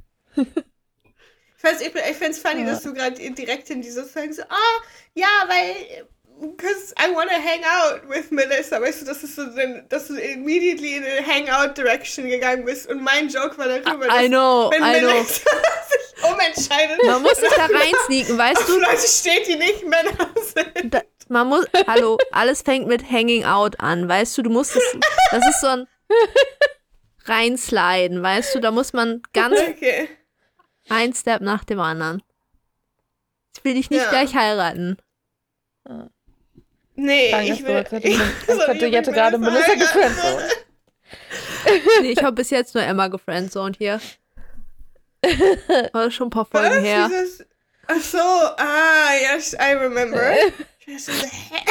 Ich weiß, ich, ich finde es funny, Ja. dass du gerade direkt in diese Folge so, ah, ja, weil, because I want to hang out with Melissa, weißt du, dass, es so, dass du immediately in eine Hangout-Direction gegangen bist und mein Joke war darüber, dass I know, wenn I know. Melissa sich umentscheidet, Man muss sich da reinsneaken, weißt auf du? Leute steht, die nicht Männer sind. Da, man muss, hallo, alles fängt mit Hanging Out an, weißt du? Du musst es, das ist so ein Reinsliden, weißt du? Da muss man ganz Okay. ein Step nach dem anderen. Ich will dich nicht Ja. gleich heiraten. Nee, Klang ich es so, will... als hätte, ich man- als soll hätte nicht Jette mit gerade Melissa heiraten. gefriendzoned. Nee, ich habe bis jetzt nur Emma gefriendzoned hier. War schon ein paar Was? Folgen her. Dieses... Ach so, ah, yes, I remember. Das ist- hä?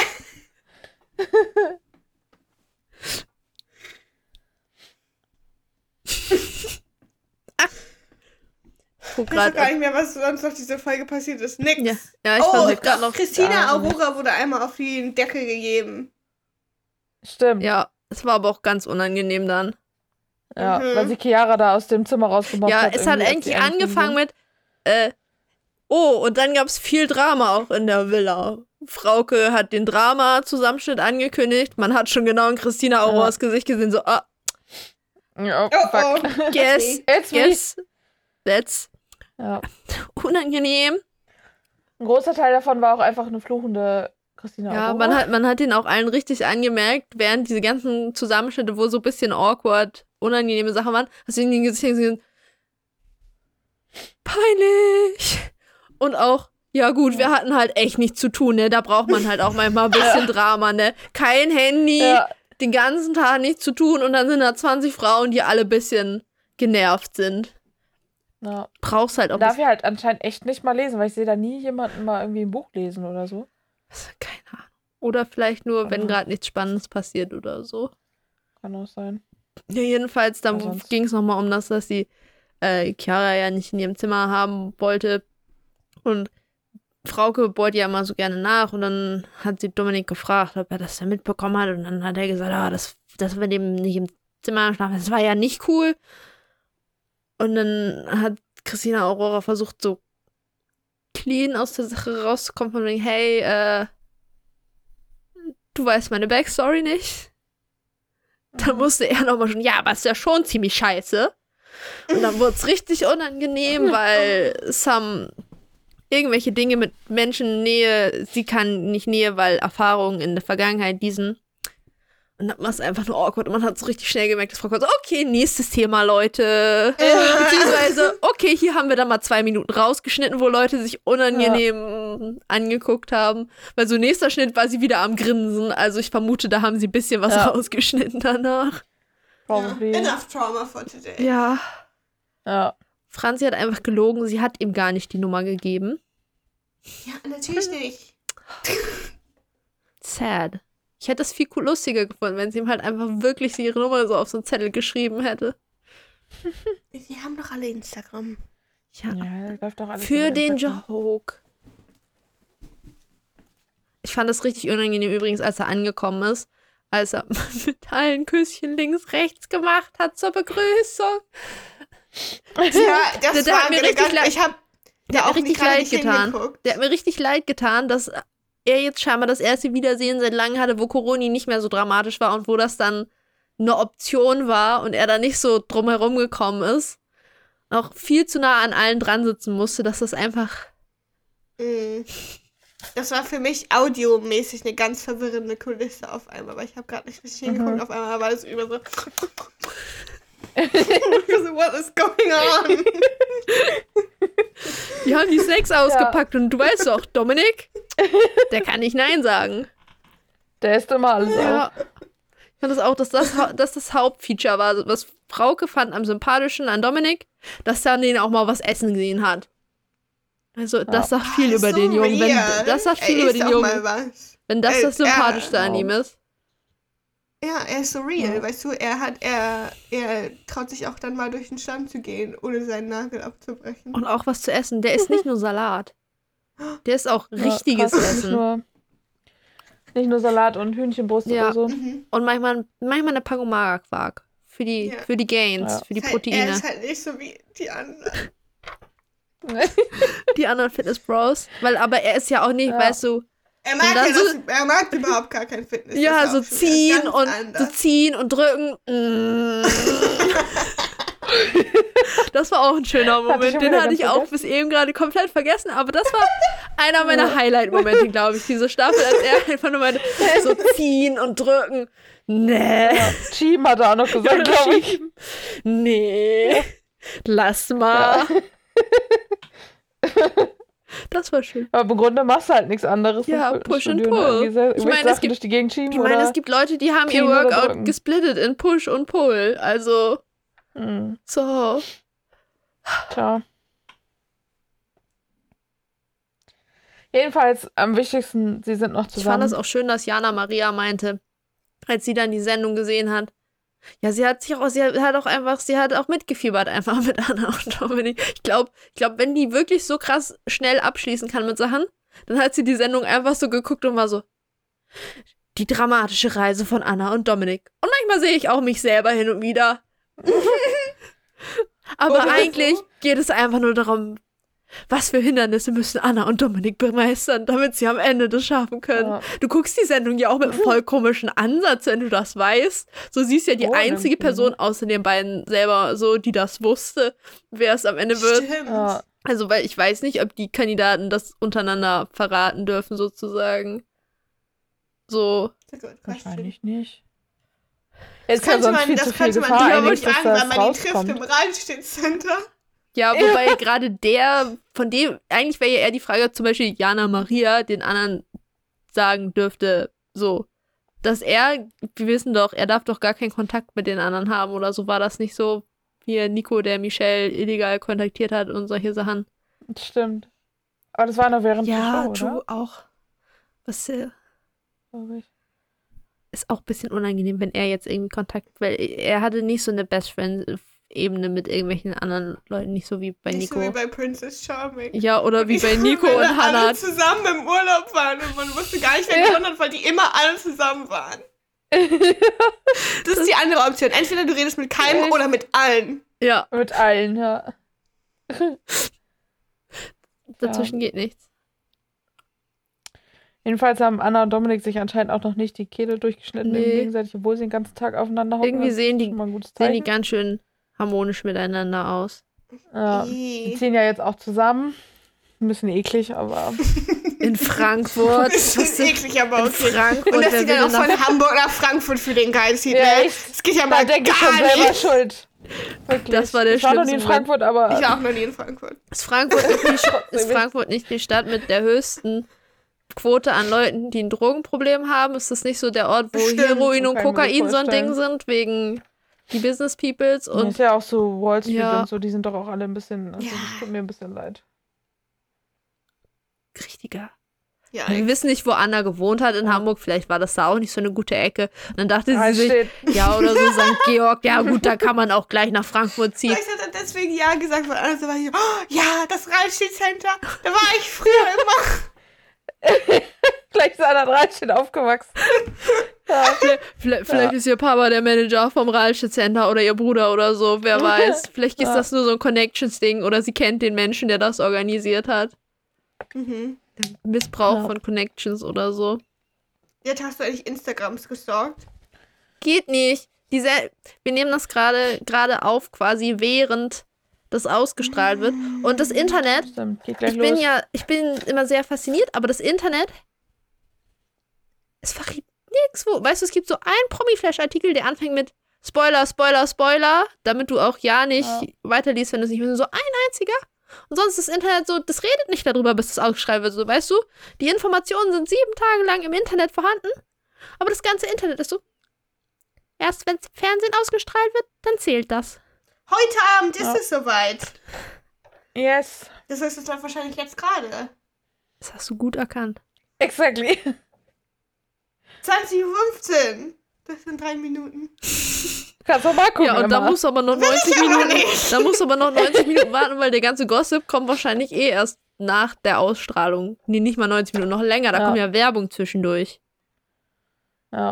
Ich weiß auch gar nicht mehr, was sonst noch diese Folge passiert ist. Nix. Ja, ja ich oh, fand gerade doch, noch. Christina Ja, Aurora wurde einmal auf die Decke gegeben. Stimmt. Ja, es war aber auch ganz unangenehm dann. Ja, Mhm. weil sie Chiara da aus dem Zimmer rausgemacht Ja, hat. es hat irgendwie, als eigentlich die angefangen sind. mit, äh, oh, und dann gab es viel Drama auch in der Villa. Frauke hat den Drama-Zusammenschnitt angekündigt. Man hat schon genau in Christina Auroras Ja. Gesicht gesehen, so, ah, Ja, Oh, fuck. oh. yes, It's me. yes, that's Ja. unangenehm. Ein großer Teil davon war auch einfach eine fluchende Christina Ja, Aurora. man hat, man hat den auch allen richtig angemerkt, während diese ganzen Zusammenschnitte, wo so ein bisschen awkward, unangenehme Sachen waren, hast du in den Gesichtern gesehen, peinlich. Und auch, ja gut, Ja. wir hatten halt echt nichts zu tun, ne? Da braucht man halt auch manchmal ein bisschen Drama, ne? Kein Handy, Ja, den ganzen Tag nichts zu tun und dann sind da zwanzig Frauen, die alle ein bisschen genervt sind. ja. Brauchst halt auch Darf ein ich halt anscheinend echt nicht mal lesen, weil ich sehe da nie jemanden mal irgendwie ein Buch lesen oder so. bisschen, keine Ahnung. Oder vielleicht nur, wenn Ja. gerade nichts Spannendes passiert oder so. Kann auch sein. Ja, jedenfalls, dann Aber sonst- ging es nochmal um das, dass sie äh, Chiara ja nicht in ihrem Zimmer haben wollte. Und Frauke bohrt ja immer so gerne nach. Und dann hat sie Dominik gefragt, ob er das dann mitbekommen hat. Und dann hat er gesagt, ah, das, das wir dem nicht im Zimmer schlafen, das war ja nicht cool. Und dann hat Christina Aurora versucht, so clean aus der Sache rauszukommen. Von wegen, hey, äh, du weißt meine Backstory nicht. Dann Mhm. musste er nochmal schon, ja, aber ist ja schon ziemlich scheiße. Und dann wurde es richtig unangenehm, weil Sam irgendwelche Dinge mit Menschennähe, sie kann nicht Nähe, weil Erfahrungen in der Vergangenheit diesen. Und dann war es einfach nur awkward und man hat so richtig schnell gemerkt, dass Frau Kurz, okay, nächstes Thema, Leute. Beziehungsweise, okay, hier haben wir dann mal zwei Minuten rausgeschnitten, wo Leute sich unangenehm angeguckt haben. Weil so nächster Schnitt war sie wieder am Grinsen. Also ich vermute, da haben sie ein bisschen was Ja. rausgeschnitten danach. Probably. Ja. Enough trauma for today. Ja. Ja. Franzi hat einfach gelogen, sie hat ihm gar nicht die Nummer gegeben. Ja, natürlich nicht. Sad. Ich hätte es viel cool lustiger gefunden, wenn sie ihm halt einfach wirklich ihre Nummer so auf so einen Zettel geschrieben hätte. Die haben doch alle Instagram. Ja. Ja, läuft doch alles Für über den Instagram. Joke. Ich fand das richtig unangenehm übrigens, als er angekommen ist. Als er mit allen Küsschen links, rechts gemacht hat zur Begrüßung. Ja, das Der- der war hat mir eine richtig ganz, leid- ich hab Der da hat auch mir nicht richtig gerade leid nicht getan. hingeguckt. Der hat mir richtig leid getan, dass er jetzt scheinbar das erste Wiedersehen seit langem hatte, wo Corona nicht mehr so dramatisch war und wo das dann eine Option war und er da nicht so drumherum gekommen ist. Auch viel zu nah an allen dran sitzen musste, dass das einfach. Mm. Das war für mich audiomäßig eine ganz verwirrende Kulisse auf einmal, weil ich habe gerade nicht richtig hingeguckt. Mhm. Auf einmal war es über so. so, what is going on? Die haben die Snacks ausgepackt und du weißt doch, Dominik, der kann nicht Nein sagen. Der ist immer alles auf. Ja. Ich fand das auch, dass das, Hau- dass das Hauptfeature war. Was Frauke fand am sympathischen an Dominik, dass er an den auch mal was essen gesehen hat. Also, das sagt viel über so den Jungen. Wenn, real. das sagt viel Er über isst den auch Jungen. mal was. Wenn das Äh, das Sympathischste ja. an ihm ist. Ja, er ist so real, Ja. weißt du, er hat, er, er traut sich auch dann mal durch den Stand zu gehen, ohne seinen Nagel abzubrechen. Und auch was zu essen. Der ist nicht nur Salat. Der ist auch Ja, richtiges krass, Nicht Essen. nur, nicht nur Salat und Hühnchenbrust Ja. oder so. Mhm. Und manchmal, manchmal eine Packung Magerquark. Für die, Ja. für die Gains, Ja. für die Ist halt, er Proteine. ist halt nicht so wie die anderen. Die anderen Fitness Bros. Weil, aber er ist ja auch nicht, Ja. weißt du, Er mag, Und dann ja so- das, er mag überhaupt gar kein Fitness. das ja, ist so auch schon ziehen ganz und anders. so ziehen und drücken. Mm. Das war auch ein schöner Hatte ich Moment. schon Den wieder hatte ich ganz auch bis eben gerade komplett vergessen, aber das war einer meiner Highlight-Momente, glaube ich, diese Staffel, als er einfach nur meinte, so ziehen und drücken. Nee. Ja. Cheem hat er auch noch gesagt, glaube ich. Nee. Lass mal. Das war schön. Aber im Grunde machst du halt nichts anderes. Ja, im Push and Studio, ne? Pull. Irgendwie so- Ich irgendwelche meine, es Sachen gibt- durch die Gegend schieben Ich meine, oder? es gibt Leute, die haben ihr ziehen oder Workout drücken. gesplittet in Push und Pull. Also, Hm, so. tja. Jedenfalls am wichtigsten, sie sind noch Ich zusammen. fand es auch schön, dass Jana Maria meinte, als sie dann die Sendung gesehen hat, Ja, sie hat sich auch, sie hat auch einfach, sie hat auch mitgefiebert einfach mit Anna und Dominik. Ich glaube, ich glaub, wenn die wirklich so krass schnell abschließen kann mit Sachen, dann hat sie die Sendung einfach so geguckt und war so, die dramatische Reise von Anna und Dominik. Und manchmal sehe ich auch mich selber hin und wieder. Aber Oder eigentlich so. geht es einfach nur darum, was für Hindernisse müssen Anna und Dominik bemeistern, damit sie am Ende das schaffen können. Ja. Du guckst die Sendung ja auch mit einem voll komischen Ansatz, wenn du das weißt. So, sie ist ja die Oh, einzige irgendwie, Person ne? außer den beiden selber so, die das wusste, wer es am Ende wird. Stimmt. Ja. Also, weil ich weiß nicht, ob die Kandidaten das untereinander verraten dürfen, sozusagen. So. That's a good question. Wahrscheinlich nicht. Das Jetzt kann könnte sonst man, viel das zu viel könnte man Gefahr dir aber eigentlich, nicht dass fragen, das weil man ihn trifft im rauskommt. Rheinstedt-Center. Ja, wobei gerade der, von dem, eigentlich wäre ja eher die Frage, zum Beispiel Jana Maria den anderen sagen dürfte, so, dass er, wir wissen doch, er darf doch gar keinen Kontakt mit den anderen haben oder so, war das nicht so? Hier Nico, der Michelle illegal kontaktiert hat und solche Sachen. Das stimmt. Aber das war noch während Ja, der Show, true, oder? auch. Was äh, Glaub ich. ist auch ein bisschen unangenehm, wenn er jetzt irgendwie Kontakt, weil er hatte nicht so eine Best Friend-Ebene mit irgendwelchen anderen Leuten, nicht so wie bei Nicht Nico. so wie bei Princess Charming. Ja, oder wie bei Nico Wenn und alle Hannah. zusammen im Urlaub waren und man wusste gar nicht, wer Ja. gewonnen hat, weil die immer alle zusammen waren. Das ist die andere Option. Entweder du redest mit keinem Echt? oder mit allen. Ja, Mit allen, ja. dazwischen geht nichts. Jedenfalls haben Anna und Dominik sich anscheinend auch noch nicht die Kehle durchgeschnitten Nee. gegenseitig, obwohl sie den ganzen Tag aufeinander hocken. Irgendwie Das sehen ist die- schon mal ein gutes Sehen die Zeichen. ganz schön harmonisch miteinander aus. Ja. Die Ih. ziehen ja jetzt auch zusammen. Ein bisschen eklig, aber In Frankfurt. Das ist eklig, aber In okay. Frankfurt. Und dass wer sie dann will auch nach- von Hamburg nach Frankfurt für den Geil zieht, Ja, ne? echt? Das geht ja da mal denke ich schon gar selber nicht. schuld. Wirklich. Das war der ich war noch nie in schlimmste Frankfurt, aber Ich war auch noch nie in Frankfurt. Ist Frankfurt nicht die, Sch- ist Frankfurt nicht die Stadt mit der höchsten Quote an Leuten, die ein Drogenproblem haben? Ist das nicht so der Ort, wo Bestimmt. Heroin und Kann ich mir Kokain gut so ein Ding vorstellen. sind, wegen die Business Peoples? und Und ist ja auch so Wall Street Ja. und so, die sind doch auch alle ein bisschen, also Ja. das tut mir ein bisschen leid. richtiger. Ja, Wir wissen nicht, wo Anna gewohnt hat in Ja. Hamburg. Vielleicht war das da auch nicht so eine gute Ecke. Und dann dachte Da sie sich, steht, ja, oder so Sankt Georg, ja gut, da kann man auch gleich nach Frankfurt ziehen. vielleicht hat er deswegen Ja gesagt, weil alle so war hier, oh, ja, das Rheinstedt Center, da war ich früher immer. gleich ist Anna drei steht aufgewachsen. Ja. Vielleicht, vielleicht, vielleicht ist ihr Papa der Manager vom Rahlstedt Center oder ihr Bruder oder so, wer weiß. Vielleicht ist Ja. das nur so ein Connections-Ding oder sie kennt den Menschen, der das organisiert hat. Mhm. Missbrauch Ja. von Connections oder so. Jetzt hast du eigentlich Instagrams gestalkt. Geht nicht. Diese, wir nehmen das gerade gerade auf, quasi während das ausgestrahlt wird. Und das Internet, Stimmt, geht gleich ich bin los. ja, ich bin immer sehr fasziniert, aber das Internet, es verrät nirgendwo. Weißt du, es gibt so einen Promi-Flash-Artikel, der anfängt mit Spoiler, Spoiler, Spoiler, damit du auch ja nicht Ja. weiterliest, wenn du es nicht willst. So ein einziger. Und sonst ist das Internet so, das redet nicht darüber, bis das ausgestrahlt wird. So, weißt du, die Informationen sind sieben Tage lang im Internet vorhanden, aber das ganze Internet ist so, erst wenn es im Fernsehen ausgestrahlt wird, dann zählt das. Heute Abend ist Ja. es soweit. Yes, Das heißt, es läuft wahrscheinlich jetzt gerade. Das hast du gut erkannt. exactly. zwanzig Uhr fünfzehn. Das sind drei Minuten. Du kannst auch mal gucken. Ja, und da immer. musst du aber noch Will neunzig ich aber Minuten. nicht. Da musst du aber noch neunzig Minuten warten, weil der ganze Gossip kommt wahrscheinlich eh erst nach der Ausstrahlung. Nee, nicht mal neunzig Minuten, noch länger. Da Ja. kommt ja Werbung zwischendurch. Ja.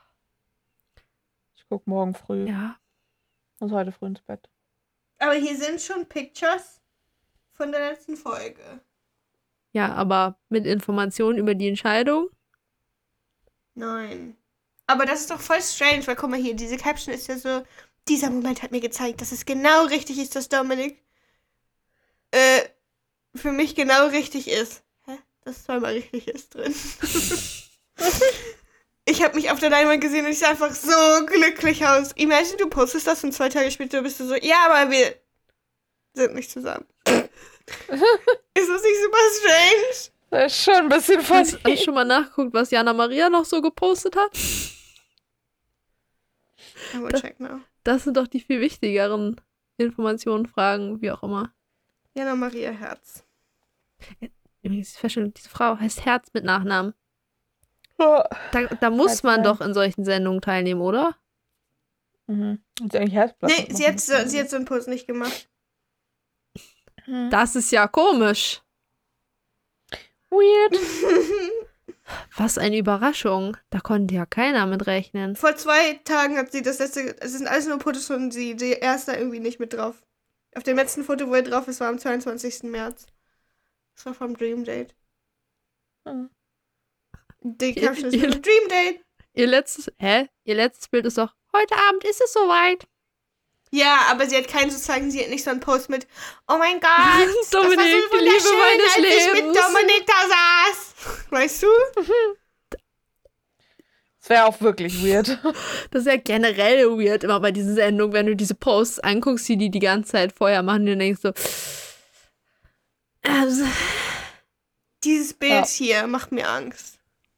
Ich guck morgen früh. Ja. Muss heute früh ins Bett. Aber hier sind schon Pictures von der letzten Folge. Ja, aber mit Informationen über die Entscheidung. Nein. Aber das ist doch voll strange, weil guck mal hier, diese Caption ist ja so, dieser Moment hat mir gezeigt, dass es genau richtig ist, dass Dominik äh, für mich genau richtig ist. Hä? Das zweimal richtig ist drin. Ich habe mich auf der Leinwand gesehen und ich sah einfach so glücklich aus. Imagine, du postest das und zwei Tage später bist du so, ja, aber wir sind nicht zusammen. Ist das nicht super strange? Das ist schon ein bisschen Hast, funny. hast du schon mal nachgeguckt, was Jana Maria noch so gepostet hat? I will check now. Das sind doch die viel wichtigeren Informationen, Fragen, wie auch immer. Jana Maria Herz. Übrigens, ich verstehe, diese Frau heißt Herz mit Nachnamen. Oh. Da, da muss Herz, man ja. doch in solchen Sendungen teilnehmen, oder? Mhm. Hat sie eigentlich Herzblatt Nee, sie hat, so, sie hat so einen Post nicht gemacht. Mhm. Das ist ja komisch. Weird. Was eine Überraschung. Da konnte ja keiner mit rechnen. Vor zwei Tagen hat sie das letzte, es sind alles nur Fotos von sie, die erste irgendwie nicht mit drauf. Auf dem letzten Foto, wo er drauf ist, war am zweiundzwanzigsten März. Das war vom Dream Date. Mhm. Die Ihr- Caption ist ihr- mit Dream Date. Ihr letztes, hä? Ihr letztes Bild ist doch, heute Abend ist es soweit. Ja, aber sie hat keinen sozusagen, sie hat nicht so einen Post mit, oh mein Gott, das war so Dominik, die Liebe wunderschön, meines als ich mit Lebens. Dominik da saß. Weißt du? Das wäre auch wirklich weird. Das ist ja generell weird, immer bei diesen Sendungen, wenn du diese Posts anguckst, die die die ganze Zeit vorher machen, und du denkst so, also, Dieses Bild Ja. hier macht mir Angst.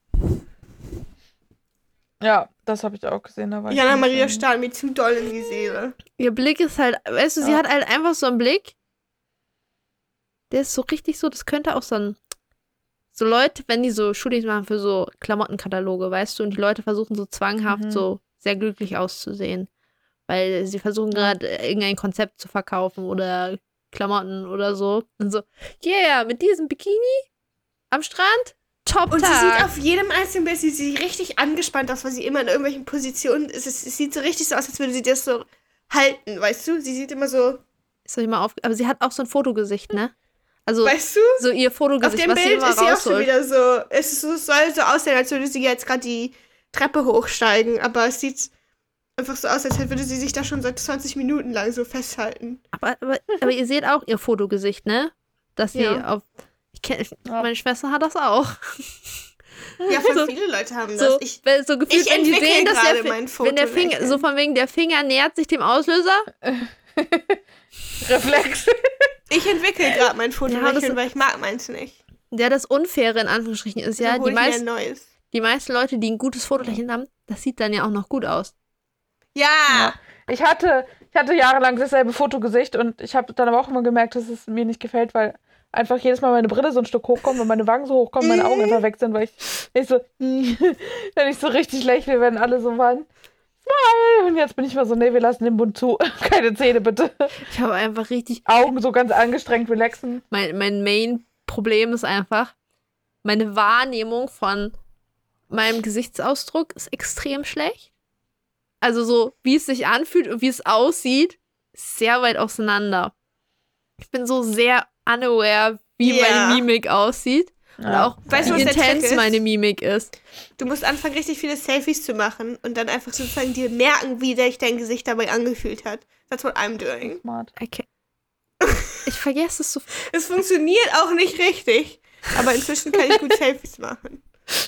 Ja, das habe ich auch gesehen. Da war ich Jana nicht Maria so- starrt mir zu doll in die Seele. ihr Blick ist halt, weißt du, sie Ja. hat halt einfach so einen Blick, der ist so richtig so, das könnte auch so ein, so Leute, wenn die so Shootings machen für so Klamottenkataloge, weißt du, und die Leute versuchen so zwanghaft Mhm. so sehr glücklich auszusehen, weil sie versuchen gerade irgendein Konzept zu verkaufen oder Klamotten oder so. Und so, yeah, mit diesem Bikini am Strand, top Und sie Tag. sieht auf jedem einzelnen Bild, sie sieht richtig angespannt aus, weil sie immer in irgendwelchen Positionen ist. Es, es sieht so richtig so aus, als würde sie das so halten, weißt du? Sie sieht immer so, Ist euch mal auf, aber sie hat auch so ein Fotogesicht, ne? Also weißt du? so ihr Auf Fotogesicht, dem was sie Bild immer ist sie auch schon rausholt. wieder so, es ist so, es soll so aussehen, als würde sie jetzt gerade die Treppe hochsteigen, aber es sieht einfach so aus, als würde sie sich da schon seit zwanzig Minuten lang so festhalten. Aber, aber, aber ihr seht auch ihr Fotogesicht, ne? Dass sie Ja. auf. Ich kenn, Ja. Meine Schwester hat das auch. Ja, voll So- viele Leute haben das. So, Ich, weil so gefühlt, ich wenn die entwickle sehen, dass gerade der, Fi- mein wenn der Finger, Fotolächeln. so von wegen, der Finger nähert sich dem Auslöser. Reflex. ich entwickle gerade mein Ja, Fotolächeln, das- weil ich mag meins nicht. Der das Unfaire in Anführungsstrichen ist, ja. Also hol Die, ich mir meist, ein neues. die meisten Leute, die ein gutes Fotolächeln haben, das sieht dann ja auch noch gut aus. Ja! Ja. Ich hatte, ich hatte jahrelang dasselbe Fotogesicht und ich habe dann aber auch immer gemerkt, dass es mir nicht gefällt, weil einfach jedes Mal meine Brille so ein Stück hochkommt und meine Wangen so hochkommen, meine Augen einfach weg sind, weil ich, ich so, wenn ich so richtig lächle, werden alle so waren. Smile! Und jetzt bin ich mal so, nee, wir lassen den Mund zu. Keine Zähne, bitte. Ich habe einfach richtig. Augen so ganz angestrengt relaxen. Mein, mein Main-Problem ist einfach, meine Wahrnehmung von meinem Gesichtsausdruck ist extrem schlecht. Also so, wie es sich anfühlt und wie es aussieht, ist sehr weit auseinander. Ich bin so sehr unaware, wie Ja. meine Mimik aussieht. Und Ja. auch Weißt du, wie was der Trick intens ist? meine Mimik ist. Du musst anfangen, richtig viele Selfies zu machen und dann einfach sozusagen dir merken, wie sich dein Gesicht dabei angefühlt hat. That's what I'm doing. Smart. Okay. Ich vergesse es so. Es funktioniert auch nicht richtig, aber inzwischen kann ich gut Selfies machen.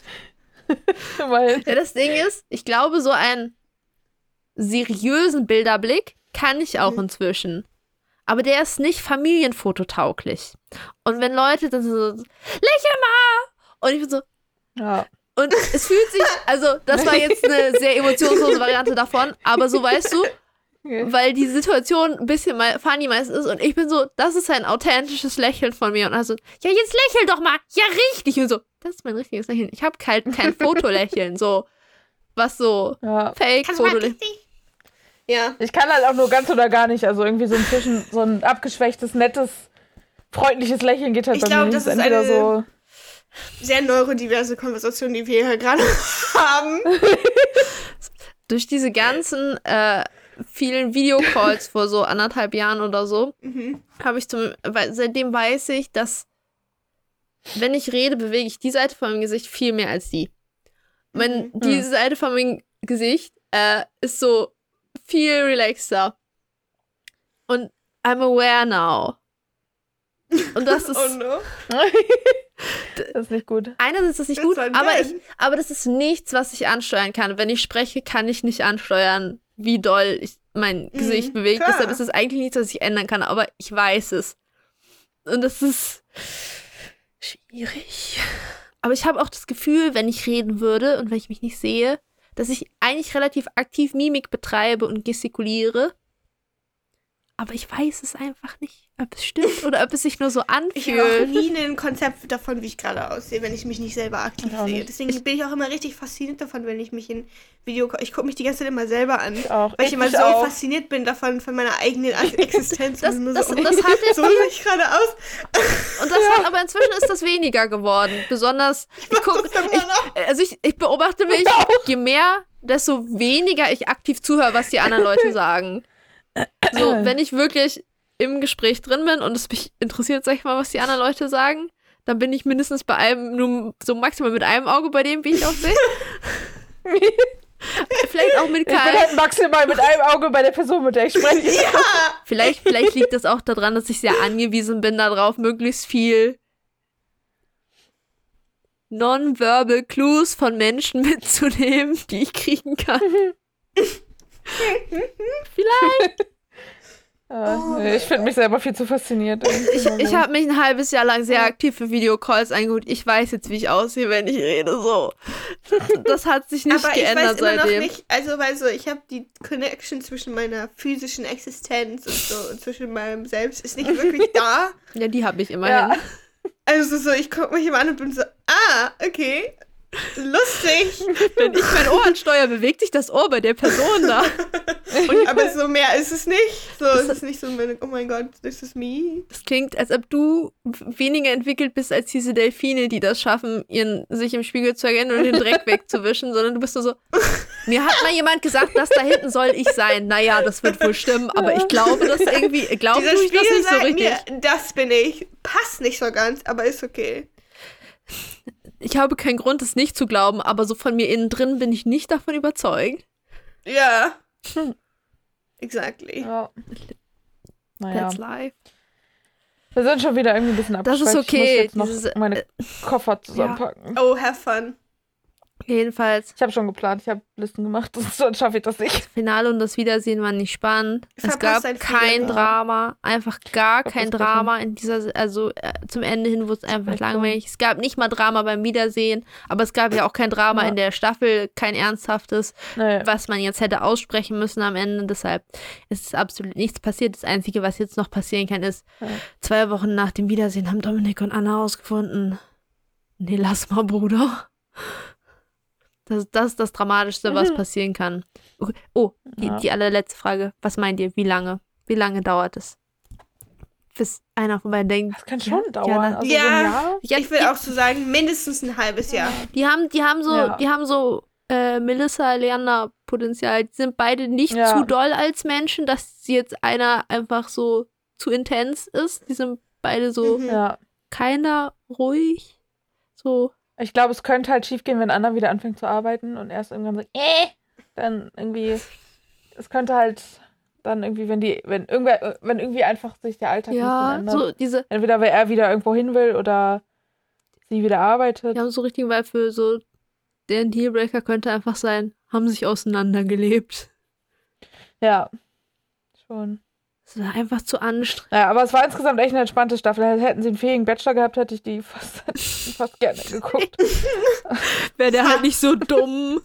Weil, Ja, das Ding ist, ich glaube, so einen seriösen Bilderblick kann ich auch Mhm. inzwischen. Aber der ist nicht familienfototauglich. Und wenn Leute dann so, lächel mal! Und ich bin so, ja. und es fühlt sich, also das war jetzt eine sehr emotionslose Variante davon, aber so weißt du, Okay. weil die Situation ein bisschen mal funny meistens ist und ich bin so, das ist ein authentisches Lächeln von mir und also, ja, jetzt lächel doch mal, ja, richtig und so, das ist mein richtiges Lächeln. Ich habe kein, kein Fotolächeln, so, was so Ja. Fake-Fotolächeln. Ja. Ich kann halt auch nur ganz oder gar nicht. Also irgendwie so inzwischen so ein abgeschwächtes, nettes, freundliches Lächeln geht halt Ich bei glaub, mir nicht. das ist Entweder eine- so. Sehr neurodiverse Konversation, die wir hier gerade haben. Durch diese ganzen äh, vielen Videocalls vor so anderthalb Jahren oder so, Mhm. habe ich zum, weil seitdem weiß ich, dass wenn ich rede, bewege ich die Seite von meinem Gesicht viel mehr als die. Wenn Mhm. die Seite von meinem Gesicht äh, ist so viel relaxter. Und I'm aware now. Und das ist, Oh no. Das ist nicht gut. einerseits ist das nicht That's gut, not aber, good. ich, aber das ist nichts, was ich ansteuern kann. Wenn ich spreche, kann ich nicht ansteuern, wie doll ich mein Gesicht bewegt. klar. Deshalb ist es eigentlich nichts, was ich ändern kann, aber ich weiß es. Und das ist schwierig. Aber ich habe auch das Gefühl, wenn ich reden würde und wenn ich mich nicht sehe, dass ich eigentlich relativ aktiv Mimik betreibe und gestikuliere. aber ich weiß es einfach nicht, ob es stimmt oder ob es sich nur so Ich habe auch anfühlt. nie ein Konzept davon, wie ich gerade aussehe, wenn ich mich nicht selber aktiv Ich auch sehe. nicht. Deswegen bin ich auch immer richtig fasziniert davon, wenn ich mich in Video... Ich gucke mich die ganze Zeit immer selber an. Ich auch. Weil ich immer Ich so auch. fasziniert bin davon, von meiner eigenen Existenz. Das, Und nur das, so, das hat jetzt, so sehe ich gerade aus. und das hat, aber inzwischen ist das weniger geworden. Besonders, ich guck, Das immer ich, noch. also ich, ich beobachte mich, je mehr, desto weniger ich aktiv zuhöre, was die anderen Leute sagen. So, wenn ich wirklich im Gespräch drin bin und es mich interessiert, sag ich mal, was die anderen Leute sagen, dann bin ich mindestens bei einem, nur so maximal mit einem Auge bei dem, wie ich aussehe. Vielleicht auch mit Ich bin Kai. halt maximal mit einem Auge bei der Person, mit der ich spreche. Ja! Vielleicht, vielleicht liegt das auch daran, dass ich sehr angewiesen bin darauf, möglichst viel non-verbal Clues von Menschen mitzunehmen, die ich kriegen kann. Vielleicht. Ja, Oh nee, ich finde mich selber viel zu fasziniert. Ich, ich habe mich ein halbes Jahr lang sehr aktiv für Videocalls eingeholt. Ich weiß jetzt, wie ich aussehe, wenn ich rede. So. Das hat sich nicht Aber ich geändert weiß immer noch seitdem. nicht, also weil so, ich habe die Connection zwischen meiner physischen Existenz und so und zwischen meinem Selbst ist nicht wirklich da. Ja, die habe ich immerhin. Ja. Also so, ich gucke mich immer an und bin so, ah, okay, lustig. Wenn ich mein Ohr ansteuere, bewegt sich das Ohr bei der Person da. Und, aber so mehr ist es nicht. So, es ist nicht so, oh mein Gott, this is me. Das klingt, als ob du weniger entwickelt bist als diese Delfine, die das schaffen, ihren, sich im Spiegel zu erkennen und den Dreck wegzuwischen, sondern du bist nur so, mir hat mal jemand gesagt, das da hinten soll ich sein. Naja, das wird wohl stimmen, aber ich glaube das irgendwie, glaube Dieser ich das Spiegel nicht so sagt richtig. mir, das bin ich. Passt nicht so ganz, aber ist okay. Ich habe keinen Grund, es nicht zu glauben, aber so von mir innen drin bin ich nicht davon überzeugt. Ja. Exactly. Ja. Naja. That's life. Wir sind schon wieder irgendwie ein bisschen Das abgeschweift. ist okay. Ich muss jetzt Dieses, noch meine Koffer zusammenpacken. Oh, have fun. Jedenfalls, Ich habe schon geplant, ich habe Listen gemacht, sonst schaffe ich das nicht. das Finale und das Wiedersehen waren nicht spannend. Es Verpasst gab ein kein Finale. Drama, einfach gar glaub, kein das Drama in dieser, also äh, zum Ende hin wurde es einfach echt langweilig. Es gab nicht mal Drama beim Wiedersehen, aber es gab ja auch kein Drama Ja. in der Staffel, kein ernsthaftes, Nee. was man jetzt hätte aussprechen müssen am Ende. Deshalb ist absolut nichts passiert. Das Einzige, was jetzt noch passieren kann, ist, Ja. zwei Wochen nach dem Wiedersehen haben Dominik und Anna herausgefunden, nee, lass mal, Bruder. Das, das ist das Dramatischste, was Mhm. passieren kann. Okay. Oh, die, Ja. die allerletzte Frage. Was meint ihr? Wie lange? Wie lange dauert es? Bis einer von beiden denkt. Das kann ja, schon ja, dauern. ne? Also Ja. so ein Jahr. Ja, Ich will die, auch so sagen, mindestens ein halbes Jahr. die haben, die haben so, Ja. die haben so äh, Melissa, Leander Potenzial. Die sind beide nicht Ja. zu doll als Menschen, dass sie jetzt einer einfach so zu intens ist. Die sind beide so Mhm. Ja. keiner ruhig. So. Ich glaube, es könnte halt schief gehen, wenn Anna wieder anfängt zu arbeiten und erst irgendwann sagt, äh, dann irgendwie, es könnte halt dann irgendwie, wenn die, wenn irgendwer, wenn irgendwie einfach sich der Alltag Ja, ein bisschen ändert. so diese, Entweder weil er wieder irgendwo hin will oder sie wieder arbeitet. die haben so richtig, weil für so der Dealbreaker könnte einfach sein, haben sich auseinandergelebt. Ja, schon. Das war einfach zu anstrengend. Ja, aber es war insgesamt echt eine entspannte Staffel. Hätten sie einen fähigen Bachelor gehabt, hätte ich die fast, fast gerne geguckt. Wäre der halt nicht so dumm.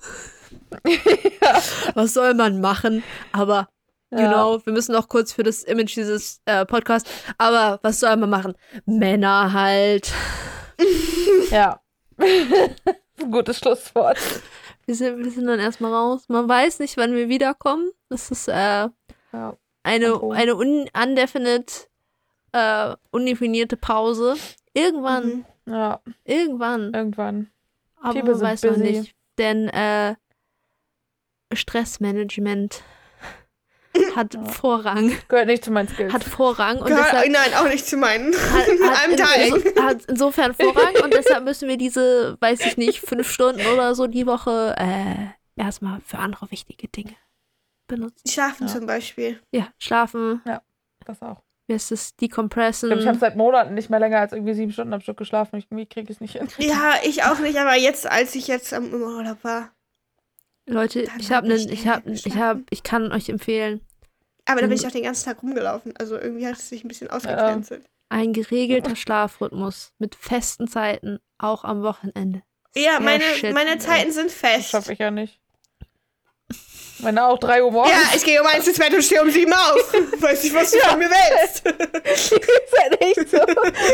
Was soll man machen? Aber, you Ja. know, wir müssen noch kurz für das Image dieses äh, Podcasts, aber was soll man machen? Männer halt. Ja. Ein gutes Schlusswort. Wir sind, wir sind dann erstmal raus. Man weiß nicht, wann wir wiederkommen. Das ist äh, Ja. eine, Apropos. eine un undefinite, äh, undefinierte Pause. Irgendwann, Mhm. Ja, irgendwann. irgendwann. Aber Viele man sind weiß noch busy. nicht. Denn äh, Stressmanagement hat Ja. Vorrang. Gehört nicht zu meinen Skills. Hat Vorrang und Gehört, deshalb nein, auch nicht zu meinen. hat, I'm dying. hat, inso, hat insofern Vorrang und deshalb müssen wir diese, weiß ich nicht, fünf Stunden oder so die Woche äh, erstmal für andere wichtige Dinge benutzen. Schlafen Ja. zum Beispiel. Ja, schlafen, Das auch. wie ist es, Ich decompressen. glaube, ich habe seit Monaten nicht mehr länger als irgendwie sieben Stunden am Stück geschlafen. Ich, irgendwie kriege ich es nicht hin. Ja, ich auch nicht, aber jetzt, als ich jetzt am im Urlaub war. Leute, Dann ich hab habe ich einen, ich länger habe, ich geschlafen. habe, ich kann euch empfehlen, Aber da bin Mhm. ich auch den ganzen Tag rumgelaufen. Also irgendwie hat es sich ein bisschen ausgecancelt. ein geregelter Schlafrhythmus mit festen Ja, Zeiten, auch am Wochenende. ja Sehr meine, shit. meine Zeiten sind Das fest. schaffe ich ja nicht. Meine auch drei Uhr morgens. Ja, ich gehe um eins ins Bett und stehe um sieben auf. Weiß nicht, was du von mir willst. Ist halt echt so.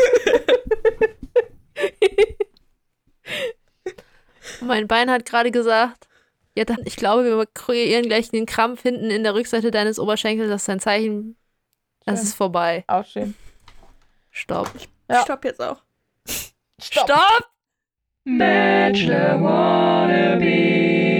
Mein Bein hat gerade gesagt, ja, dann, ich glaube, wir kreieren gleich den Krampf hinten in der Rückseite deines Oberschenkels. Das ist ein Zeichen, das Schön. ist vorbei. Aufstehen. Stopp. Ja. Stopp jetzt auch. Stopp. Stopp! Bachelor Wannabe.